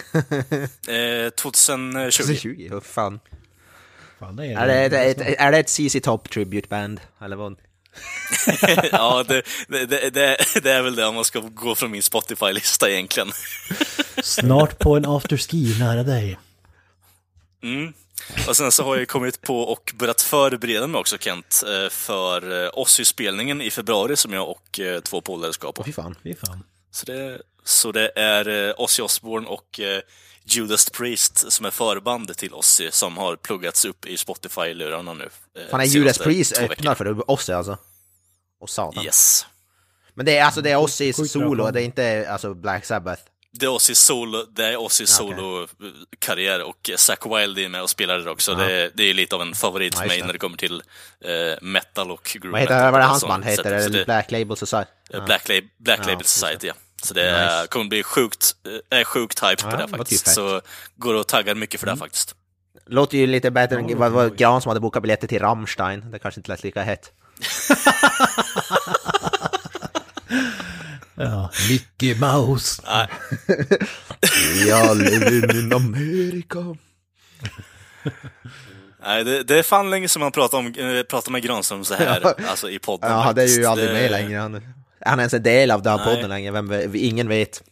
2020. Hur fan. Fan, är det ett CC Top tribute band eller vad? Ja, det är väl det, om man ska gå från min Spotify-lista egentligen. Snart på en afterski nära dig. Och sen så har jag kommit på och börjat förbereda mig också, Kent, för Ozzy-spelningen i februari som jag och 2 polare ska på. Fy fan. Så det är Ozzy Osbourne och Judas Priest som är förband till Ozzy, som har pluggats upp i Spotify-lurarna nu. Fan, är Judas Priest öppnar för Ozzy alltså? Och satan. Yes. Men det är Ozzy solo, det är inte alltså Black Sabbath. Det är Ozzy solo-karriär, och Zakk Wylde är med och spelar det också. Det är lite av en favorit för mig när det kommer till metal och groove metal. Vad är hans band heter? Det Black Label Society? Black Label Society, ja. Så det kommer bli sjukt hype på det faktiskt. Så går och taggar mycket för det faktiskt. Låter ju lite bättre än vad Gran som hade bokat biljetter till Rammstein. Det kanske inte lät lika hett. Ja, Mickey Mouse. Jag lever i Amerika. Nej, det är fan länge som man pratar med Granström så här, alltså i podden. Ja, det är ju aldrig med längre. Han är ens en del av den podden längre, ingen vet.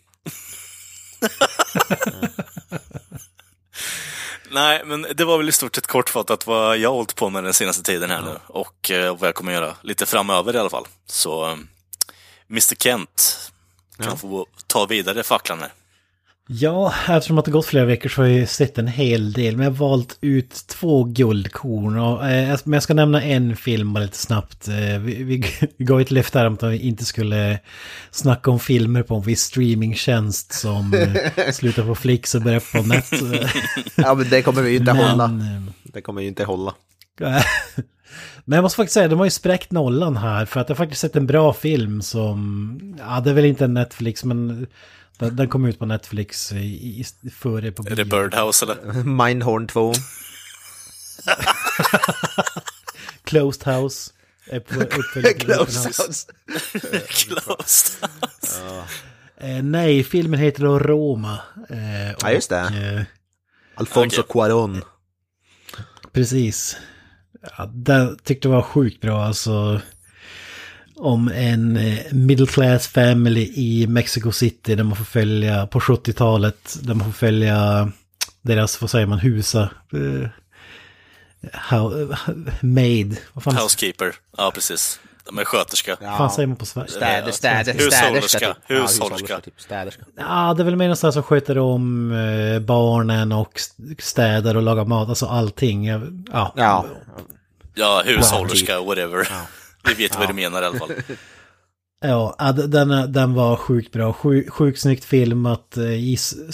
Nej, men det var väl i stort sett kortfattat vad jag har hållit på med den senaste tiden här nu, och vad jag kommer göra lite framöver i alla fall. Så Mr. Kent kan få ta vidare facklan här. Ja, eftersom att det gått flera veckor så har jag sett en hel del. Men jag har valt ut 2 guldkorn. Men jag ska nämna en film bara lite snabbt. Vi gav ett löfte här om att vi inte skulle snacka om filmer på en viss streamingtjänst som slutar på Flix och börjar på net. Ja, men det kommer vi ju inte hålla. Det kommer ju inte hålla. Men jag måste faktiskt säga, de har ju spräckt nollan här. För att jag faktiskt sett en bra film som... Ja, det är väl inte en Netflix, men... Den kom ut på Netflix före på bio. Är det Birdhouse eller? Mindhorn 2. Closed House. Closed House. Nej, filmen heter då Roma. Ja, just det. Alfonso Cuarón. Precis. Ja, den tyckte jag var sjukt bra. Alltså. om en middle class family i Mexico City där man får följa på 70-talet, där man får följa deras, vad säger man, maid. Housekeeper, ja precis. De är sköterska. Vad fan säger man på Sverige? Hushållerska. Ja, det är väl mer någonstans som sköter om barnen och städar och lagar mat, alltså allting. Ja, hushållerska, whatever. Ja. Vi vet vad du menar i alla fall. Ja, den var sjukt bra. Sjukt snyggt filmat i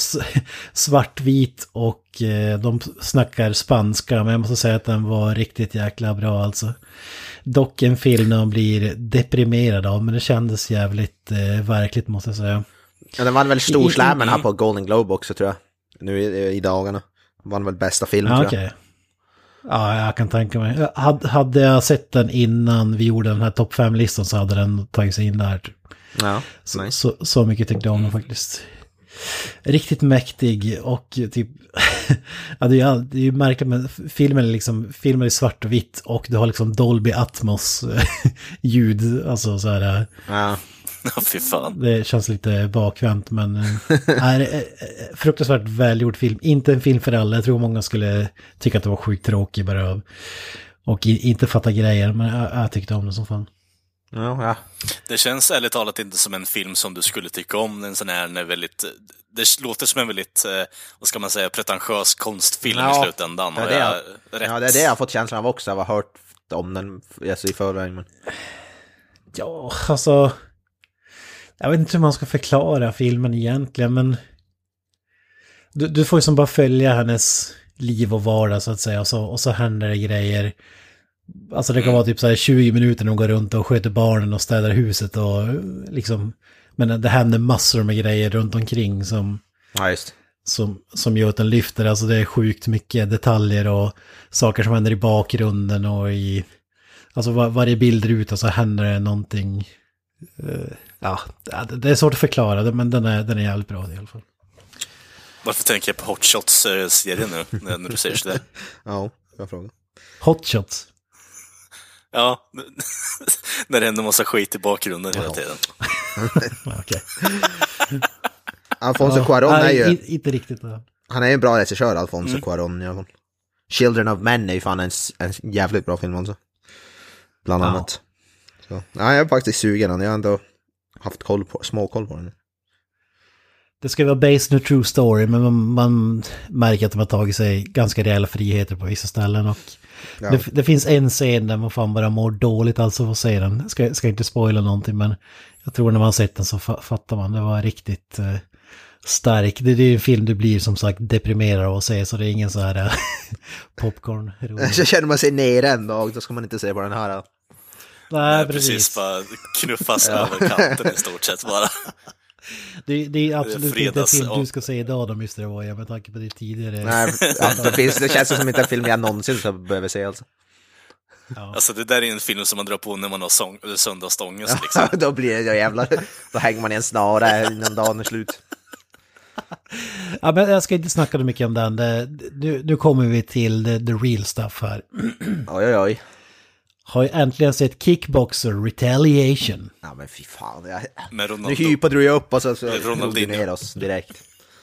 svartvit och de snackar spanska. Men jag måste säga att den var riktigt jäkla bra alltså. Dock en film när man blir deprimerad av, men det kändes jävligt verkligt måste jag säga. Ja, den vann väl stor slammen här på Golden Globe också tror jag. Nu i dagarna. Den vann väl bästa film tror jag. Okay. Ja, jag kan tänka mig. Hade jag sett den innan vi gjorde den här topp 5-listan så hade den tagit sig in där. Ja, så mycket tyckte jag om den faktiskt. Riktigt mäktig och typ... ja, det är ju märkligt men filmen är svart och vitt och du har liksom Dolby Atmos ljud. Alltså så här... Ja. Fy fan. Det känns lite bakvänt men är fruktansvärt välgjord film. Inte en film för alla. Jag tror många skulle tycka att det var sjukt tråkig bara och inte fatta grejer. Men jag tyckte om det som fan. Ja. Det känns ärligt talat inte som en film som du skulle tycka om. En sån här väldigt... Det låter som en väldigt, vad ska man säga, pretentiös konstfilm i slutändan. Ja, det är det jag har fått känslan av också. Jag har hört om den i förväg. Men... Ja, alltså... Jag vet inte hur man ska förklara filmen egentligen, men du får ju som bara följa hennes liv och vardag så att säga, och så händer det grejer. Alltså det kan vara typ så här 20 minuter när hon går runt och sköter barnen och städar huset och liksom, men det händer massor med grejer runt omkring som gör att den lyfter. Alltså det är sjukt mycket detaljer och saker som händer i bakgrunden och i, alltså varje bild ut så händer det någonting. Ja, det är svårt att förklara det, men den är jävligt bra i alla fall. Varför tänker jag på Hot Shots-serien nu, när du säger sådär? Ja, jag frågar. Hot Shots? Ja, när det händer massa skit i bakgrunden hela tiden. Okej. Alfonso Cuarón är ju... Inte riktigt. Han är ju en bra regissör, Alfonso Cuarón i alla fall. Children of Men är ju fan en jävligt bra film också. Bland annat. Så. Ja, jag är faktiskt sugen. Jag har ändå haft småkoll på den. Det ska vara based on a true story, men man märker att de har tagit sig ganska rejäla friheter på vissa ställen. Och det finns en scen där man fan bara mår dåligt alltså att se den. Ska inte spoila någonting, men jag tror när man sett den så fattar man. Det var riktigt stark. Det är en film du blir som sagt deprimerad av att se, så det är ingen så här popcorn. Jag känner man sig nere en dag, då ska man inte se på den här. Nej, precis. Bara knuffas över kanten i stort sett bara. Det är absolut inte en film du ska se idag då, Mr. Avoya, med tanke på det tidigare. Nej, det känns som inte en film jag någonsin så behöver se alltså. Ja. Alltså det där är en film som man drar på när man har söndagsstångest liksom. Då blir det jävlar, då hänger man i en snara innan dagen är slut. Ja, men jag ska inte snacka mycket om den. Nu kommer vi till the real stuff här. Oj. Har ju äntligen sett Kickboxer Retaliation. Ja men fy fan. Nu hypade du upp och så drog du ner oss direkt.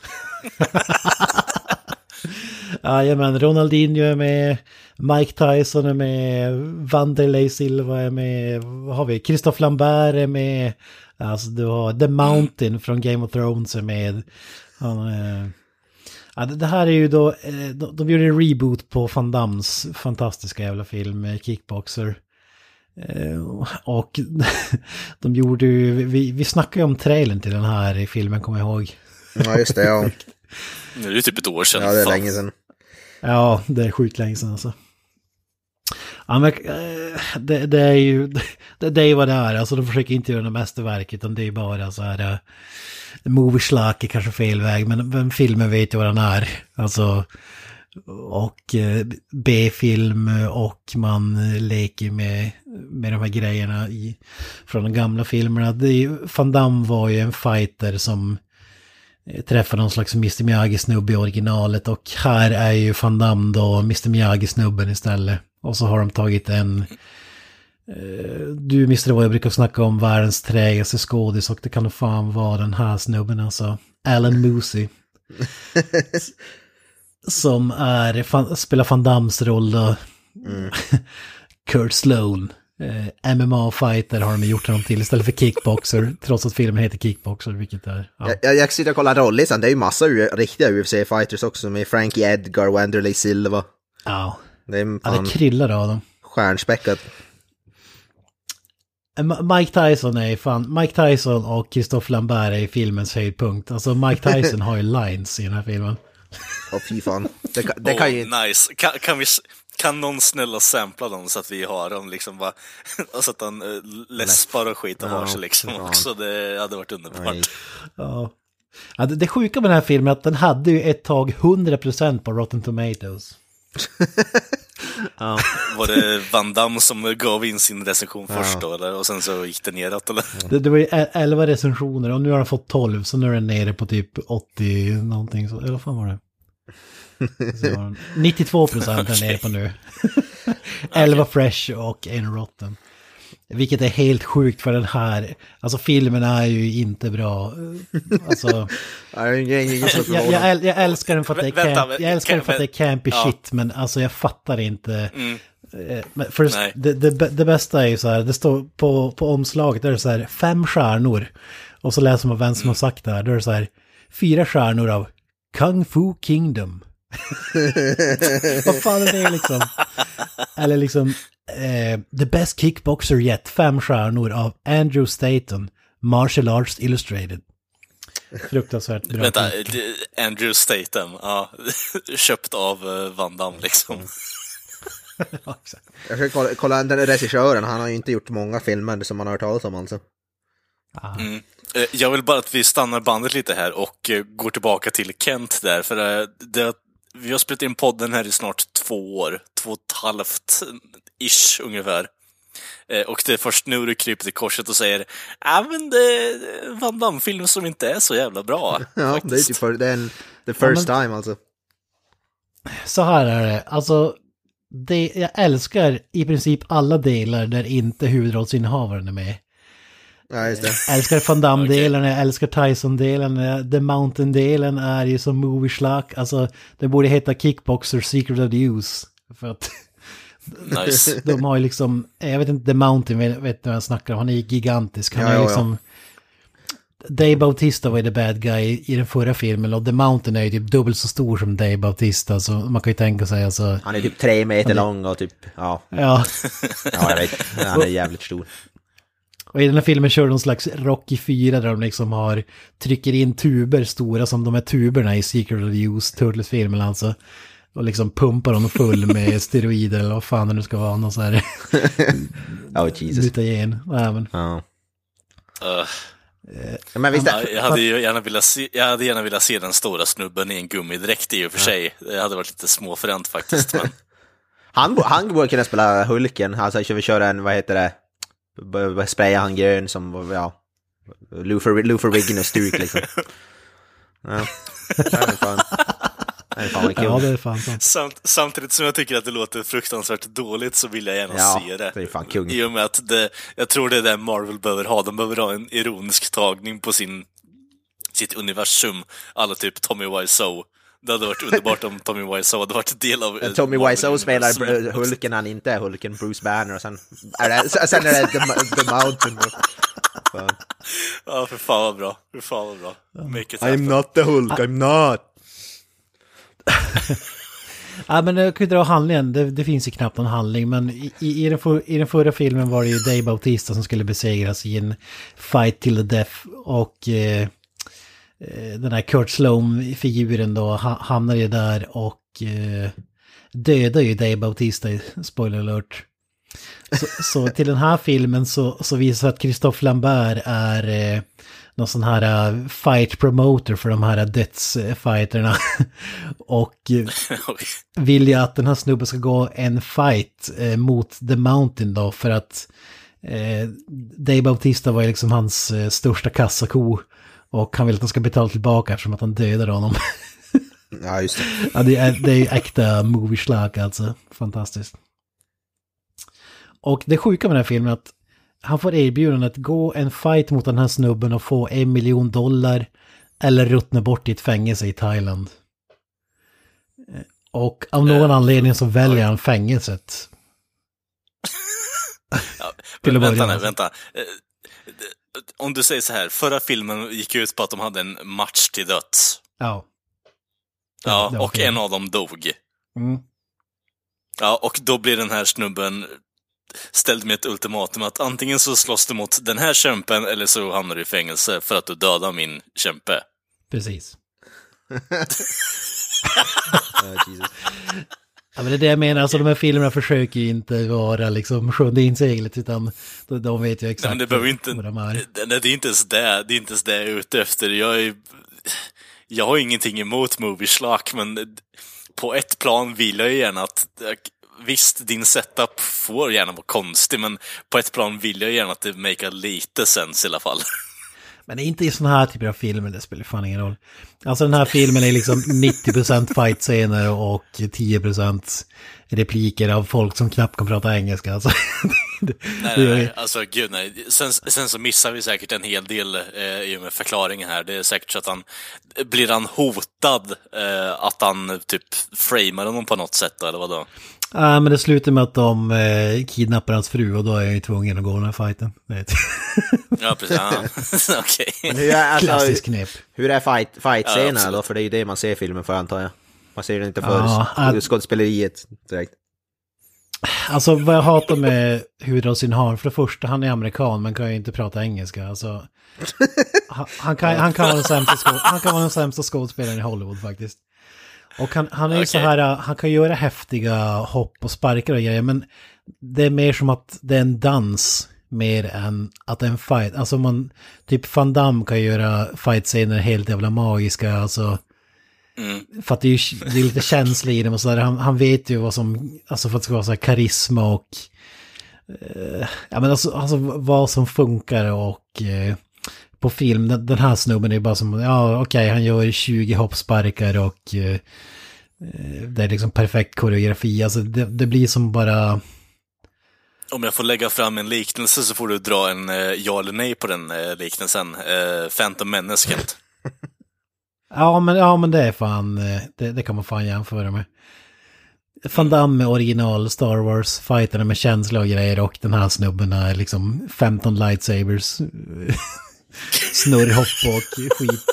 Ja, men Ronaldinho är med, Mike Tyson är med, Wanderlei Silva är med, vad har vi? Christophe Lambert är med, alltså du har The Mountain från Game of Thrones är med. Ja, det här är ju då, de gjorde en reboot på Van Dammes fantastiska jävla film Kickboxer. Och de gjorde ju, vi snackade ju om trailern till den här i filmen, kommer jag ihåg. Ja, just det, ja. Det är ju typ ett år sedan. Ja, det är länge sedan. Ja, det är sjukt länge sedan alltså. Ja, men det är ju vad det är. Alltså de försöker inte göra något mästerverk, utan det är bara så här movie-slack är kanske fel väg, men filmen vet ju vad den är. Alltså, och B-film, och man leker med de här grejerna från de gamla filmerna. Van Damme var ju en fighter som träffade någon slags Mr. Miyagi-snubbe i originalet, och här är ju Van Damme då Mr. Miyagi-snubben istället. Och så har de tagit en Du visste vad jag brukar snacka om, världens trägaste skådis, och det kan nog fan vara den här snubben alltså. Alan Moosey. Som spelar Van Dammes roll då. Kurt Sloan. MMA-fighter har de gjort honom till istället för kickboxer, trots att filmen heter Kickboxer, vilket är... Ja. Jag sitter och kollar rollistan, det är ju massa riktiga UFC-fighters också, med Frankie Edgar, Wanderlei Silva. Ja, det är det kryllar av dem. Stjärnspäckat. Mike Tyson och Christophe Lambert är i filmens höjdpunkt. Alltså Mike Tyson har ju lines i den här filmen. Fy fan. Det kan ju... Nice. Kan någon snälla sampla dem så att vi har dem liksom bara, så att han läspar och skit och har sig liksom också. Det hade varit underbart. Ja. Det sjuka med den här filmen är att den hade ju ett tag 100% på Rotten Tomatoes. Ja. Var det Van Damme som gav in sin recension först då, eller? Och sen så gick det neråt, eller? Det var ju 11 recensioner och nu har den fått 12, så nu är den nere på typ 80 någonting. Så, eller vad fan var det? 92% är nere på nu. 11 fresh och en rotten. Vilket är helt sjukt för den här. Alltså filmen är ju inte bra. Alltså, jag älskar den för att det är camp, jag älskar den för att det är campy shit, men alltså jag fattar inte. För det bästa är ju så här, det står på omslaget där är det så här 5 stjärnor. Och så läser man vem som har sagt det här. Då är det så här 4 stjärnor av Kung Fu Kingdom. Vad fan är det liksom? Eller liksom The Best Kickboxer Yet, 5 stjärnor av Andrew Staten, Martial Arts Illustrated. Fruktansvärt bra. Vänta, Andrew Staten, ja, köpt av Van Damme liksom. Ja, exakt. Jag ska kolla den regissören, han har ju inte gjort många filmer som man har hört talas om alltså. Jag vill bara att vi stannar bandet lite här och går tillbaka till Kent där, för vi har spelat in podden här i snart 2 år, 2,5-ish ungefär. Och det är först nu du kryper till korset och säger men det är Van Damme-film som inte är så jävla bra. Ja, faktiskt. Det är the first time alltså. Så här är det, alltså jag älskar i princip alla delar där inte huvudrollsinnehavaren är med. Ja, just det. Jag älskar Van Damme-delen, jag älskar Tyson-delen, The Mountain-delen är ju som movie-slack. Alltså, det borde heta Kickboxer Secret of the Use. För att nice. De har ju liksom, jag vet inte, The Mountain, vet du vad jag snackar om, han är ju gigantisk. Han är liksom, Dave Bautista var ju the bad guy i den förra filmen, och The Mountain är ju typ dubbelt så stor som Dave Bautista, så man kan ju tänka sig alltså... Han är typ 3 meter lång och typ, ja, jag vet, han är jävligt stor. Och i den här filmen kör de en slags Rocky 4 där de liksom trycker in tuber stora som de här tuberna i Secret of the Use, Turtles-filmen alltså. Och liksom pumpar dem full med steroider eller vad fan det nu ska vara, någon så här... Jesus. Mutagen, även. Men visst, jag hade gärna velat se den stora snubben i en gummidräkt i och för sig. Det hade varit lite småfränt faktiskt. Men... han borde kunna spela Hulken, alltså vi kör en, vad heter det? Spraya han grön som, ja, Luther Wiggin stuk liksom. Ja, det är fan. Ja, det är fan sant. Samtidigt som jag tycker att det låter fruktansvärt dåligt så vill jag gärna se det. Det är fan kung. I och med att jag tror det är det Marvel behöver ha. De behöver ha en ironisk tagning på sitt universum. Alla typ Tommy Wiseau. Det hade varit underbart om Tommy Wiseau hade varit del av... Tommy Wiseau spelar Hulken, han inte är Hulken, Bruce Banner, och sen är det The Mountain. Ja, för fan vad bra. Make it happen. I'm not the Hulk, I'm not. Ja, men jag kan ju dra handlingen. Det finns ju knappt någon handling, men i den förra filmen var det ju Dave Bautista som skulle besegras i en fight till the death, och den här Kurt Sloan-figuren då hamnar ju där och dödar ju Dave Bautista, spoiler alert. Så till den här filmen så visar att Christophe Lambert är någon sån här fight promoter för de här dödsfighterna och vill ju att den här snubben ska gå en fight mot The Mountain då, för att Dave Bautista var ju liksom hans största kassako, och han vill att han ska betala tillbaka eftersom att han dödar honom. Ja, just det. Ja, det är ju äkta movie-slag alltså. Fantastiskt. Och det sjuka med den här filmen är att han får erbjudande att gå en fight mot den här snubben och få $1 miljon eller ruttna bort i ett fängelse i Thailand. Och av någon anledning så väljer han fängelset. Vänta. Om du säger så här, förra filmen gick ut på att de hade en match till döds. Ja. Ja, och en av dem dog. Mm. Ja, och då blir den här snubben ställd med ett ultimatum att antingen så slåss du mot den här kämpen eller så hamnar du i fängelse för att du dödar min kämpe. Precis. Ja, men det är det jag menar, alltså de här filmerna försöker ju inte vara liksom sjunde inseglet, utan de vet ju exakt. Nej, men det behöver inte, vad de är. Nej, det är inte ens det, det är inte ens det jag är ute efter. Jag har ingenting emot movie-slack, men på ett plan vill jag gärna att, visst, din setup får gärna vara konstig, men på ett plan vill jag gärna att det makar lite sens i alla fall. Men inte i såna här typer av filmer, det spelar fan ingen roll. Alltså den här filmen är liksom 90% fight-scener och 10% repliker av folk som knappt kan prata engelska. Alltså, nej, alltså gud nej. Sen så missar vi säkert en hel del i och med förklaringen här. Det är säkert så att blir han hotad att han typ framar honom på något sätt, eller vadå? Ja, men det slutar med att de kidnappar hans fru och då är jag ju tvungen att gå den här fighten. Ja, precis. Ja. Okej. Klassisk knep. Hur är fight-scenerna då? För det är ju det man ser filmen för, antar jag. Man ser den inte för skådespeleriet direkt. Alltså vad jag hatar med huvudrollsinnehavaren har, för det första, han är amerikan men kan ju inte prata engelska. Alltså, han kan vara den sämsta skådespelaren i Hollywood faktiskt. Och han är ju så här, han kan göra häftiga hopp och sparkar och grejer, men det är mer som att det är en dans mer än att det är en fight. Alltså typ Van Damme kan göra fight-scener helt jävla magiska, alltså. För att det är lite känsligt i dem och så där. Han vet ju vad som, alltså för att det ska vara så här karisma och ja men alltså vad som funkar och på film, den här snubben är bara som, han gör 20 hoppsparkar och det är liksom perfekt koreografi, alltså det blir som bara. Om jag får lägga fram en liknelse så får du dra en ja eller nej på den liknelsen. Phantom Menace. Ja men det är fan, det kan man fan jämföra med. Van Damme med original Star Wars, fighterna med känsla och grejer, och den här snubben är liksom 15 lightsabers, snurrhopp och skit.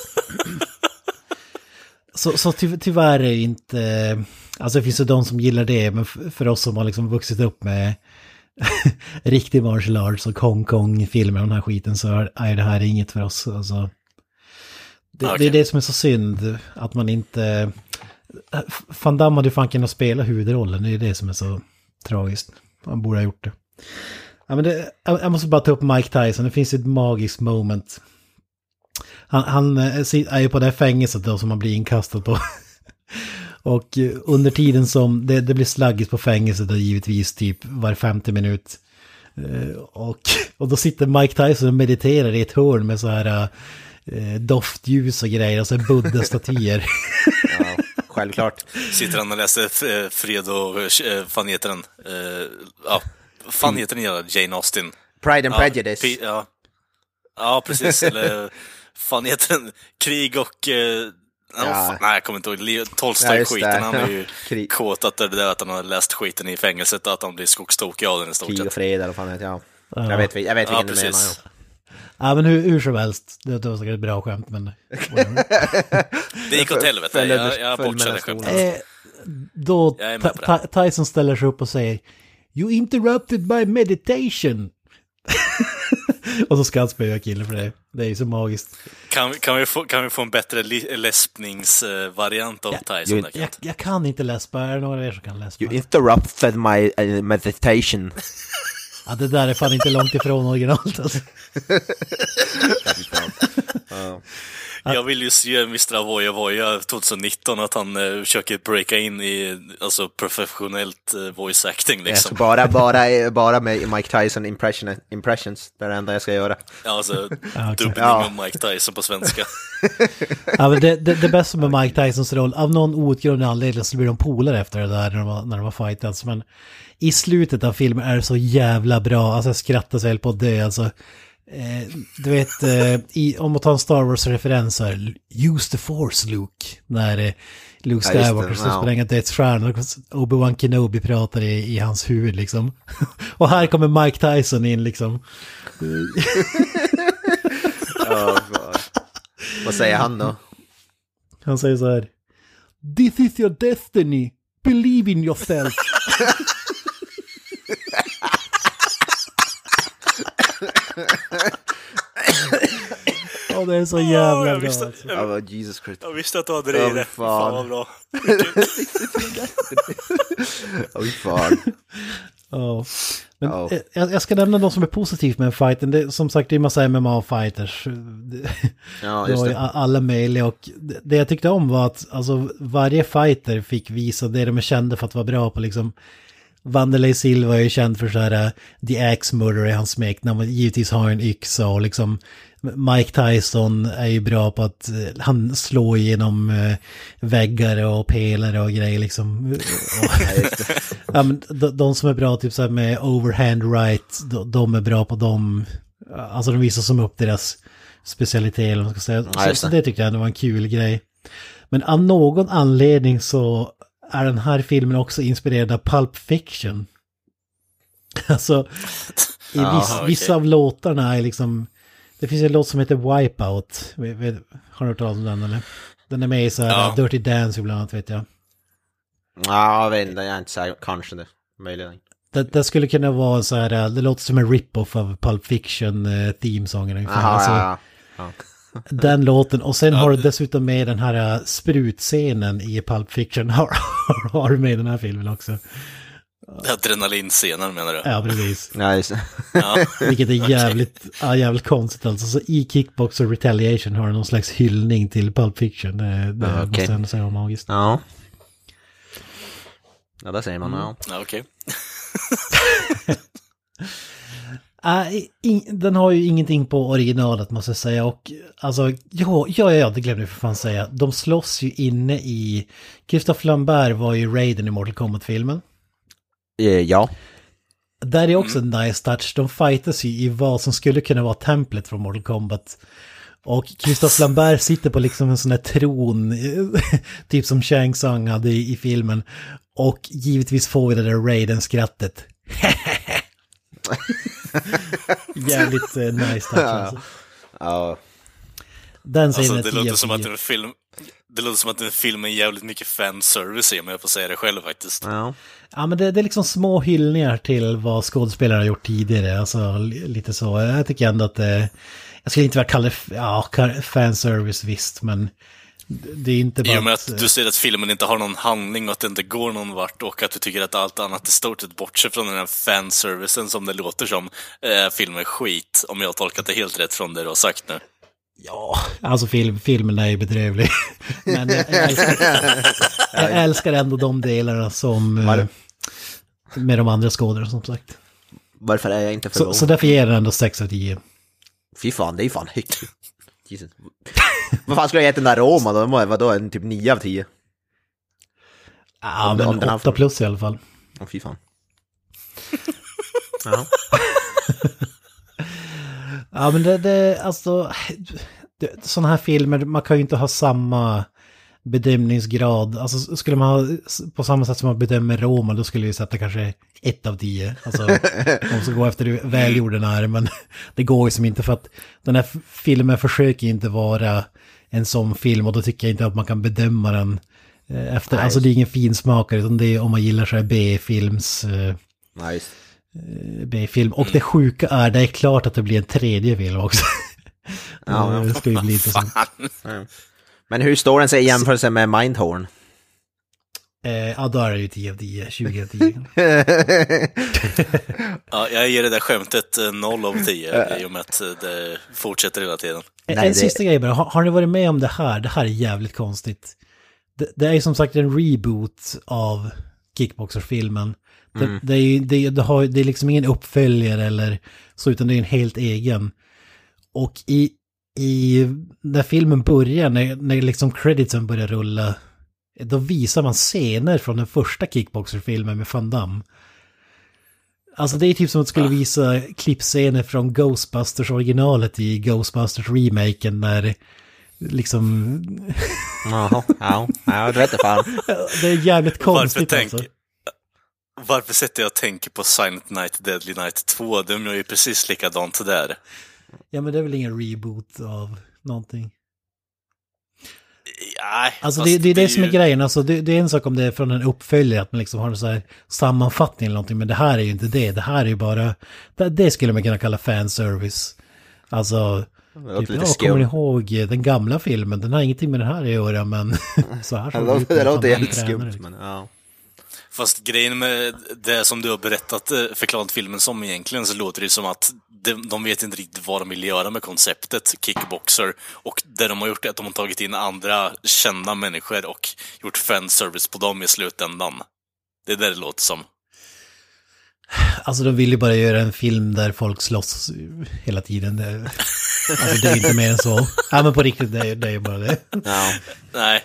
Så tyvärr är inte, alltså det finns ju de som gillar det, men för oss som har liksom vuxit upp med riktig martial arts och Hong Kong-filmer och den här skiten, så är det här inget för oss. Alltså, det är det som är så synd, att man inte. Van Damme hade ju fan kunnat spela huvudrollen, det är det som är så tragiskt. Han borde ha gjort det. Ja, men jag måste bara ta upp Mike Tyson, det finns ett magiskt moment. Han är ju på det här fängelset då som han blir inkastad på. Och under tiden som det blir slaggigt på fängelset då, givetvis typ var 50 minut. Och då sitter Mike Tyson och mediterar i ett hörn med så här doftljus och grejer, och så Buddha-statyer. Ja, självklart. Sitter han och läser Fred och fan heter den? Fan heter den Jane Austen. Pride and Prejudice. Ja, precis. Eller fan heter den? Krig och nej, jag kommer inte ihåg. Tolstoj-skiten, han är ju kåtat där att han har läst skiten i fängelset och att han blir skogstokig av den i stort sett. Krig och fred, eller fan heter jag vet vilken du menar. Ja, men hur som helst, det var säkert ett bra skämt, men det gick åt helvete, jag bortsätter skämtet. Då Tyson ställer sig upp och säger "You interrupted my meditation." Och så ska han spöa killen för det. Det är ju så magiskt. Kan vi få en bättre läspningsvariant av Tyson? Jag kan inte läspa. Är det några av er som kan läspa? You interrupted my meditation. Ja, det där är fan inte långt ifrån originalet alltså. Jag vill ju se Mr. Avoya 2019 att han försöker breaka in i alltså professionellt voice acting liksom. Yes, bara med Mike Tyson impressions. Det är det enda jag ska göra. Ja, alltså dubbling av Mike Tyson på svenska. Ja, men det bästa med Mike Tysons roll, av någon outgrundlig anledning så blir de polare efter det där när de var fightats. Men i slutet av filmen är det så jävla bra. Alltså jag skrattar så väl på det. Alltså, du vet, om man tar en Star Wars-referenser, use the force, Luke. När Luke Skywalker så spränger dödsstjärnan och Obi-Wan Kenobi pratar i hans huvud liksom. Och här kommer Mike Tyson in liksom. Vad säger han då? Han säger så här: "This is your destiny. Believe in yourself." Ja, det är så jävla bra. Jesus Christ. Jag visste att du hade det i det. Fan vad bra. Fan. Ja. Men jag ska nämna de som är positivt med en fighten. Det, som sagt, det är en massa MMA-fighters. Ja, det just var ju alla möjliga. Och det jag tyckte om var att alltså, varje fighter fick visa det de är kända för att vara bra på. Liksom, Wanderlei Silva är ju känd för så här The Axe Murderer i hans smeknamn. Givetvis har en yxa och liksom Mike Tyson är ju bra på att han slår igenom väggar och pelare och grejer liksom. Ja, men de som är bra typ så här med overhand right, de är bra på dem. Alltså de visar som upp deras specialitet eller vad man ska säga. Så det tyckte jag var en kul grej. Men av någon anledning så är den här filmen också inspirerad av Pulp Fiction. Alltså i vissa av låtarna är liksom. Det finns en låt som heter Wipeout. Har du hört talas om den eller? Den är med i så här Dirty Dance ibland annat, vet jag. Ja, jag vet inte. Jag är inte säker. Kanske det. Möjligen. Det skulle kunna vara så här. Det låter som en rip-off av Pulp Fiction theme-sången ungefär. Alltså, den låten. Och sen har du dessutom med den här sprutscenen i Pulp Fiction. Har du med den här filmen också? Adrenalinscenen menar du? Ja, precis. Nice. Vilket är jävligt konstigt alltså. Så i Kickboxer Retaliation har någon slags hyllning till Pulp Fiction. Det måste jag ändå säga var magiskt. Ja, där säger man okej. Den har ju ingenting på originalet måste jag säga. Och alltså, det glömde jag för fan säga. De slåss ju inne i... Christophe Lambert var ju Raiden i Mortal Kombat-filmen. Ja. Där är också en nice touch. De fightas ju i vad som skulle kunna vara templet från Mortal Kombat. Och Christophe Lambert sitter på liksom en sån här tron, typ som Shang Tsung hade i filmen. Och givetvis får vi det där Raiden-skrattet. Jävligt nice touch alltså. Ja. Den alltså, det låter som att en film... Det låter som att en film är jävligt mycket fanservice om jag får säga det själv faktiskt. Ja, men det är liksom små hyllningar till vad skådespelare har gjort tidigare. Alltså lite så. Jag tycker ändå att jag skulle inte vilja kalla det fanservice visst, men det är inte bara... I och med att du säger att filmen inte har någon handling och att det inte går någon vart och att du tycker att allt annat är stort sett bortsett från den här fanservicen som det låter som filmen skit, om jag har tolkat det helt rätt från det du har sagt nu. Ja, alltså filmen är ju bedrövlig. Men jag älskar ändå de delarna som med de andra skådespelarna som sagt. Varför är jag inte för så därför ger den ändå 6 av 10. Fy fan, det är fan högt. Jesus. Vad fan skulle jag gett den där Roma då? Vadå, en typ 9 av 10? Ja, men 8 plus i alla fall. Fy fan. Ja. Ja, men alltså sådana här filmer, man kan ju inte ha samma bedömningsgrad. Alltså skulle man ha på samma sätt som man bedömer Roma, då skulle vi sätta kanske 1 av 10. Alltså om så går efter hur välgjord den är, men det går ju som inte för att den här filmen försöker inte vara en sån film och då tycker jag inte att man kan bedöma den efter. Nice. Alltså det är ingen finsmakare utan det är om man gillar så här B-films nice. B-film. Och det sjuka är, det är klart att det blir en tredje film också. Ja, det ska ju bli lite sånt. Men hur står den sig i jämförelse med Mindhorn? Ja, då är det ju 10 av 10, 20 av 10. Ja, jag ger det där skämtet 0 av 10 i och med att det fortsätter hela tiden. En sista grej bara, har ni varit med om det här? Det här är jävligt konstigt. Det är ju som sagt en reboot av Kickboxer-filmen. Det är liksom ingen uppföljare eller så, utan det är en helt egen. Och när filmen börjar, när liksom creditsen börjar rulla, då visar man scener från den första Kickboxer-filmen med Van Damme. Alltså det är typ som att skulle visa klippscener från Ghostbusters originalet i Ghostbusters remaken när liksom... Ja, det vet jag fan. Det är jävligt konstigt Varför sätter jag och tänker på Silent Night, Deadly Night 2? De är ju precis likadant där. Ja, men det är väl ingen reboot av någonting. Ja, alltså det är det som är grejen. Alltså det är en sak om det är från en uppföljare, att man liksom har en så här sammanfattning eller någonting, men det här är ju inte det. Det här är ju bara, det skulle man kunna kalla fanservice. Alltså, typ, kommer ni ihåg den gamla filmen? Den har ingenting med den här att göra, men så här. Det låter jävligt skumt, men ja. Fast grejen med det som du har berättat, förklarat filmen som egentligen, så låter det som att de vet inte riktigt vad de vill göra med konceptet Kickboxer, och det de har gjort är att de har tagit in andra kända människor och gjort fanservice på dem i slutändan. Det är det låter som. Alltså de vill ju bara göra en film där folk slåss hela tiden. Alltså det är inte mer än så. Ja, men på riktigt, det är ju bara det. Ja. Nej.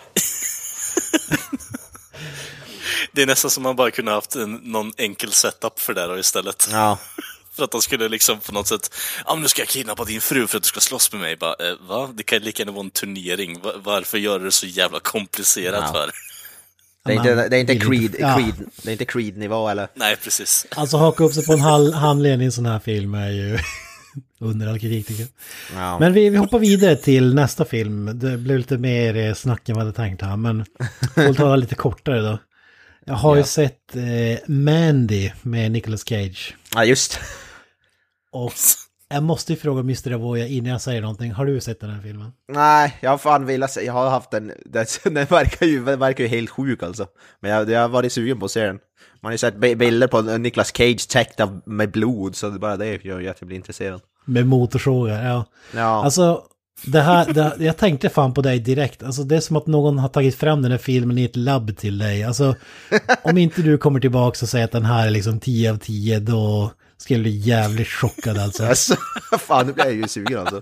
Det är nästan som man bara kunde haft någon enkel setup för det då istället. Ja. För att de skulle liksom på något sätt, men nu ska jag kidnappa din fru för att du ska slåss med mig. Bara, va? Det kan lika gärna vara en turnering. Varför gör det så jävla komplicerat för? Det är inte Creed-nivå eller? Nej, precis. Alltså haka upp sig på en handledning i en sån här film är ju under all kritik, tycker jag. Ja. Men vi hoppar vidare till nästa film. Det blev lite mer snack än vad jag hade tänkt här, men we'll ta lite kortare då. Jag har ju sett Mandy med Nicolas Cage. Ja, just. Och jag måste ju fråga Mr. Avoya innan jag säger någonting. Har du sett den här filmen? Nej, jag har fan velat se. Jag har haft den. Den verkar ju helt sjuk alltså. Men jag har varit sugen på att se den. Man har ju sett bilder på Nicolas Cage täckt med blod, så det bara det gör att jag blir intresserad. Med motorsågar, ja. Alltså, jag tänkte fan på dig direkt. Alltså det är som att någon har tagit fram den här filmen i ett labb till dig. Alltså, om inte du kommer tillbaka och säger att den här är liksom 10 av 10, då skulle jag bli jävligt chockad alltså. Fan, nu blir jag ju sugen alltså.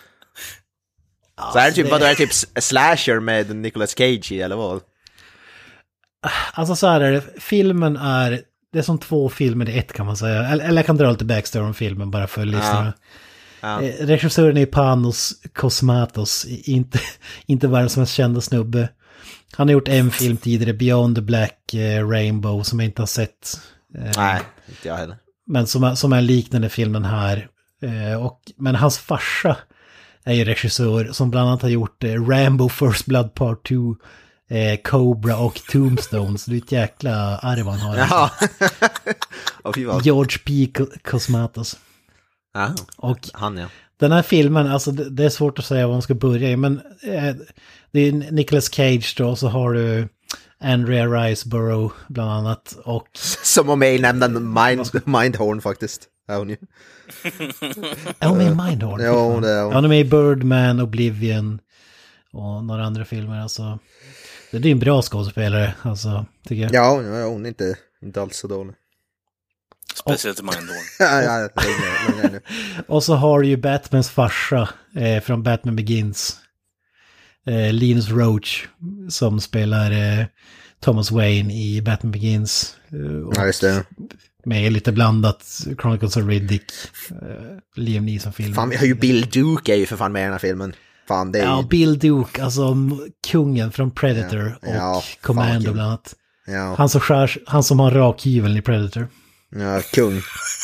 Så är det typ, vad är det typ slasher med Nicolas Cage i, eller vad? Alltså så här är det, filmen är, det är som 2 filmer i ett kan man säga. Eller jag kan dra lite backstory om filmen bara för lyssnarna. Ja. Regissören är Panos Cosmatos, inte världens mest kända snubbe. Han har gjort en film tidigare, Beyond the Black Rainbow, som jag inte har sett. Nej, inte jag heller. Men som är liknande filmen här. Men hans farsa är ju regissör som bland annat har gjort Rambo First Blood Part 2, Cobra och Tombstone. Så det är ett jäkla arv han har. Ja. George P. Cosmatos. Ja, och han, ja. Den här filmen, alltså det är svårt att säga var man ska börja i, men det är Nicolas Cage då, så har du Andrea Riseborough bland annat, och som var med i nämnden Mindhorn faktiskt. Är hon ju. Är hon med i Mindhorn? Ja, det är hon. Hon är med i Birdman, Oblivion och några andra filmer. Alltså, det är en bra skådespelare, alltså, tycker jag. Ja, hon är inte alls så dålig. Speciellt i Mindhorn. Ja, och så har du ju Batmans farsa från Batman Begins. Linus Roach som spelar Thomas Wayne i Batman Begins. Ja, just det. Med lite blandat Chronicles of Riddick, Liam Neeson-film. Fan, vi har ju Bill Duke är ju för fan med i den här filmen. Fan, det är... Ja, Bill Duke, alltså kungen från Predator och Commando bland annat. Ja. Han som har rakhyveln i Predator. Ja, kung.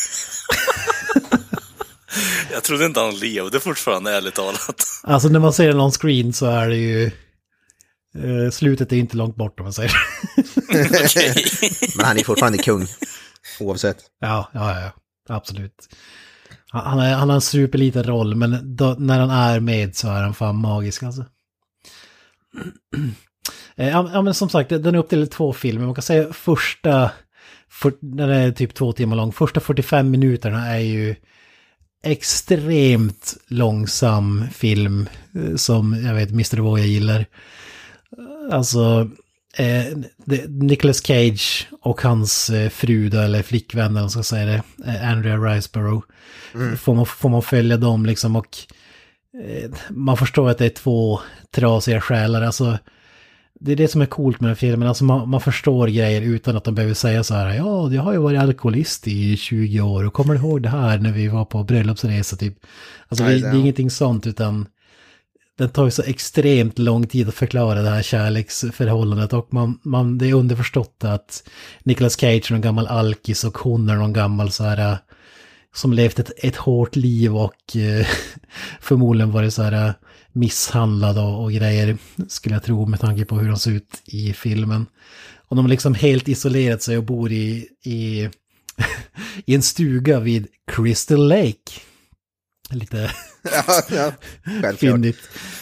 Jag trodde inte han levde fortfarande, ärligt talat. Alltså när man ser den on screen så är det ju... slutet är inte långt bort om man säger. Okay. Men han är fortfarande kung. Oavsett. Ja, absolut. Han har en superliten roll, men när han är med så är han fan magisk alltså. Ja, men som sagt, den är uppdelad i 2 filmer. Man kan säga den är typ 2 timmar lång. Första 45 minuterna är ju extremt långsam film som jag vet Mr. Voya gillar. Alltså Nicolas Cage och hans fru då, eller flickvän eller man ska säga det, Andrea Riseborough. Får man följa dem liksom, och man förstår att det är 2 trasiga själar. Alltså det är det som är coolt med den filmen. Alltså man förstår grejer utan att de behöver säga så här: ja, jag har ju varit alkoholist i 20 år och kommer du ihåg det här när vi var på bröllopsresa typ. Alltså det är ingenting sånt, utan den tar ju så extremt lång tid att förklara det här kärleksförhållandet, och det är underförstått att Nicolas Cage är någon gammal alkis och hon är någon gammal så här som levt ett hårt liv och förmodligen varit så här misshandlad och grejer, skulle jag tro, med tanke på hur de ser ut i filmen. Och de har liksom helt isolerat sig och bor i i en stuga vid Crystal Lake. Lite fyndigt.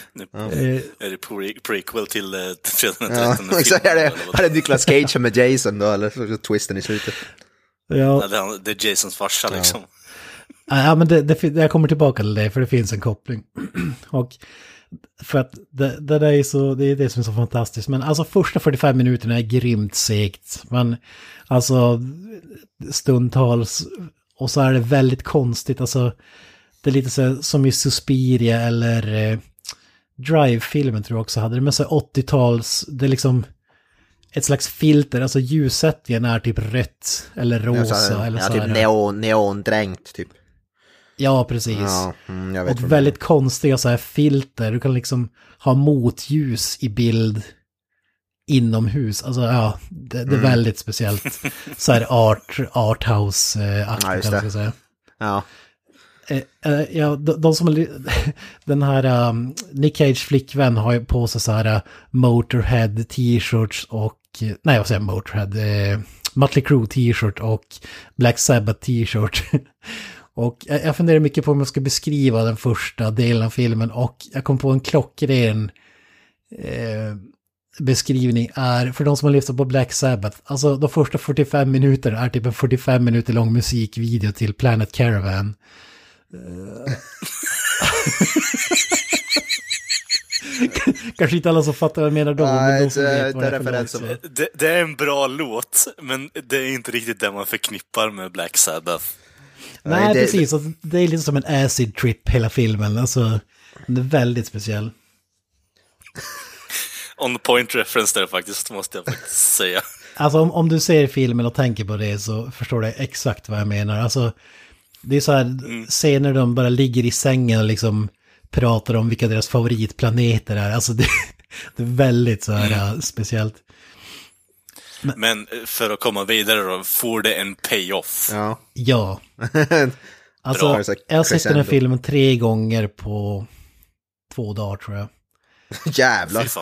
Är det prequel till Fredagen den 13? Exakt, är det Nicolas Cage med Jason då, eller twisten i slutet? Ja, det är Jasons farsa liksom. Ja, men jag kommer tillbaka till det, för det finns en koppling. Och för att det är så, det är det som är så fantastiskt. Men alltså första 45 minuterna är grymt segt. Men alltså stundtals, och så är det väldigt konstigt. Alltså det är lite så som i Suspiria eller Drive-filmen tror jag också hade det. Men så 80-tals, det är liksom ett slags filter, alltså ljussättningen är typ rött eller rosa eller så typ här. neondränkt typ. Ja, precis. Ja, jag vet och väldigt konstiga så här filter. Du kan liksom ha motljus i bild inomhus. Alltså ja, det är väldigt speciellt. Så här arthouse-aktigt, kan jag säga. Ja. Ja, de som den här Nick Cage flickvän har ju på sig så här Motorhead t-shirts och nej, vad säger Motorhead, Mötley Crüe t-shirt och Black Sabbath t-shirt. Och jag funderar mycket på om jag ska beskriva den första delen av filmen, och jag kom på en klockren beskrivning är, för de som har lyssnat på Black Sabbath, alltså de första 45 minuterna är typ en 45 minuter lång musikvideo till Planet Caravan. Kanske inte alla som fattar vad jag menar då. Nej, det är en bra låt, men det är inte riktigt det man förknippar med Black Sabbath. Nej, precis. Det är lite som en acid trip hela filmen. Alltså, det är väldigt speciell. On the point reference där faktiskt, måste jag faktiskt säga. Alltså om du ser filmen och tänker på det så förstår du exakt vad jag menar. Alltså, det är så här scener de bara ligger i sängen och liksom pratar om vilka deras favoritplaneter är. Alltså det är väldigt så här speciellt. Men för att komma vidare då, får det en payoff? Ja. Alltså, jag har sett den här filmen 3 gånger på 2 dagar tror jag. Jävlar. Fy fan.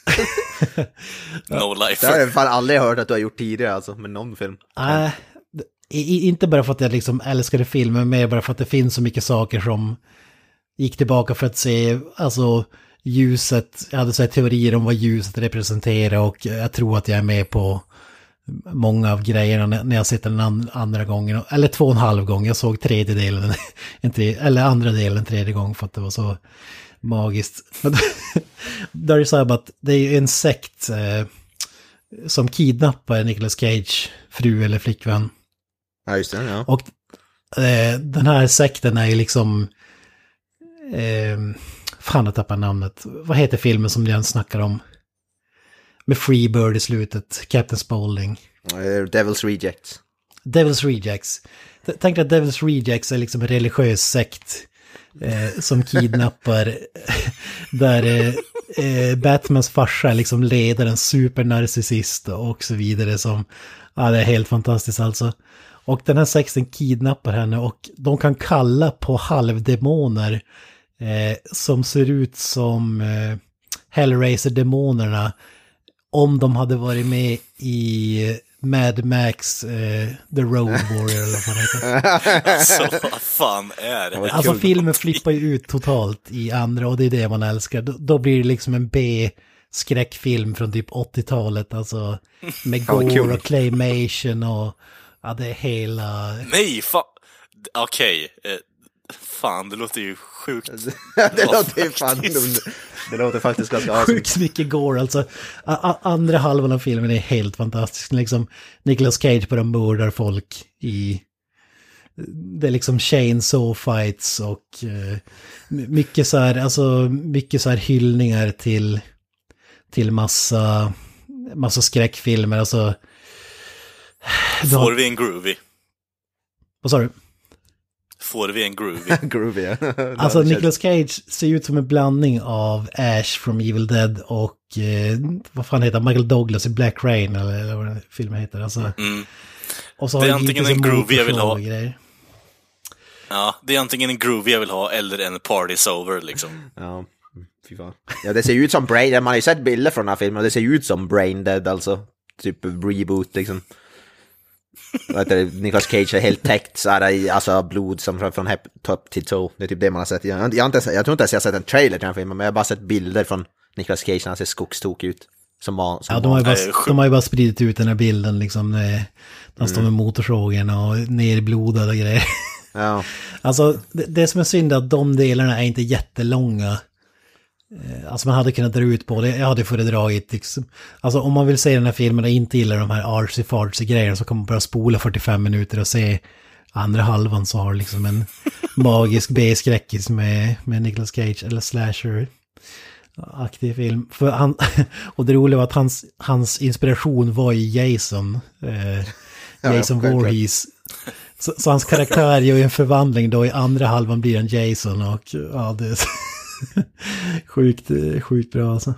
No life. Det har jag fan aldrig hört att du har gjort tidigare alltså, med någon film. Nej, inte bara för att jag liksom älskade filmen, men bara för att det finns så mycket saker som gick tillbaka för att se, alltså ljuset, jag hade så här teorier om vad ljuset representerar, och jag tror att jag är med på många av grejerna när jag sett den andra gången, eller 2,5 gånger, jag såg tredje delen, eller andra delen 3:e gången för att det var så magiskt. Där är så här att det är ju en sekt som kidnappar Nicolas Cage fru eller flickvän. Ja, just det, ja. Och den här sekten är ju liksom fan, jag tappar namnet. Vad heter filmen som den snackar om? Med Freebird i slutet, Captain Spaulding. Devil's Rejects. Devil's Rejects. Tänk att Devil's Rejects är liksom en religiös sekt som kidnappar där Batmans farsa är liksom ledaren, supernarcissist och så vidare, som ja, det är helt fantastiskt alltså. Och den här sekten kidnappar henne, och de kan kalla på halvdemoner som ser ut som Hellraiser-demonerna om de hade varit med i Mad Max The Road Warrior eller vad heter. Alltså, vad fan är det? Alltså filmen flippar ju ut totalt i andra, och det är det man älskar. Då blir det liksom en B skräckfilm från typ 80-talet, alltså med gore och claymation och ja, det är hela... Nej, okej. Fan, det låter ju sjukt. Det låter faktiskt ganska awesome. Sjukt mycket gore, alltså. Andra halvan av filmen är helt fantastisk. Liksom Nicolas Cage på de mördar folk i... Det är liksom chainsaw fights och mycket så här hyllningar till massa skräckfilmer, alltså. Får vi en groovy? Vad sa du? Får vi en groovy? Groovy, ja. Alltså Nicolas Cage ser ut som en blandning av Ash from Evil Dead och vad fan heter Michael Douglas i Black Rain eller vad den filmen heter, alltså. Och så det är antingen en groovy jag vill ha. Grejer. Ja, det är antingen en groovy jag vill ha eller en party's over liksom. Ja, fy fan. Ja, det ser ut som Brain Dead. Man har ju sett bilder från den här filmen och det ser ut som Brain Dead, alltså. Typ reboot liksom. Nicolas Cage är helt täckt så här, alltså blod som från topp till tå. Det är typ det man har sett. Jag tror inte ens jag har sett en trailer till den filmen, men jag har bara sett bilder från Nicolas Cage när han ser skogstokig ut. De har ju bara spridit ut den här bilden liksom, när han står med motorsågen och nerblodad och grejer. Ja. Alltså det som är synd är att de delarna är inte jättelånga. Alltså man hade kunnat dra ut på det. Jag hade föredragit liksom. Alltså om man vill se den här filmen och inte gillar de här artsy-fartsy grejerna så kan man bara spola 45 minuter och se andra halvan, så har liksom en magisk B-skräckis med Nicolas Cage eller slasher-aktig film. För han, och det roliga var att hans inspiration var ju Jason Voorhees. Så hans karaktär gör ju en förvandling då, i andra halvan blir en Jason och ja, det är sjukt bra alltså.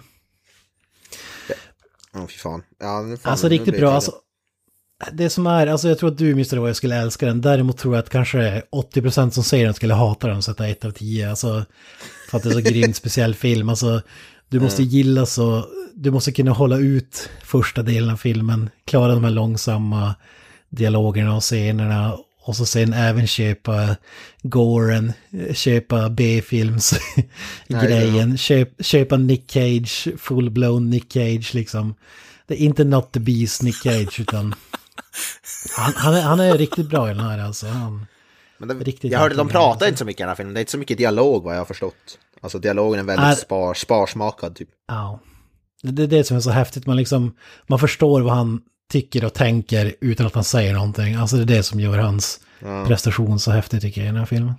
Fy fan. Ja, alltså riktigt bra alltså. Det som är, alltså jag tror att du Mr. Roy skulle älska den. Däremot tror jag att kanske 80% som säger den skulle hata den och sätta 1 av 10. Alltså för att det är så grymt speciell film. Alltså du måste gilla så, du måste kunna hålla ut första delen av filmen, klara de här långsamma dialogerna och scenerna, och så sen även köpa goren, köpa B-films grejen, köpa Nick Cage, full-blown Nick Cage liksom. Det är inte Not the Beast Nick Cage, utan han är riktigt bra i den här alltså. Jag hörde de pratar inte så mycket i den här filmen, det är inte så mycket dialog vad jag har förstått. Alltså dialogen är väldigt sparsmakad typ. Ja, det är det som är så häftigt, man förstår vad han tycker och tänker utan att han säger någonting. Alltså det är det som gör hans prestation så häftig tycker jag i den här filmen.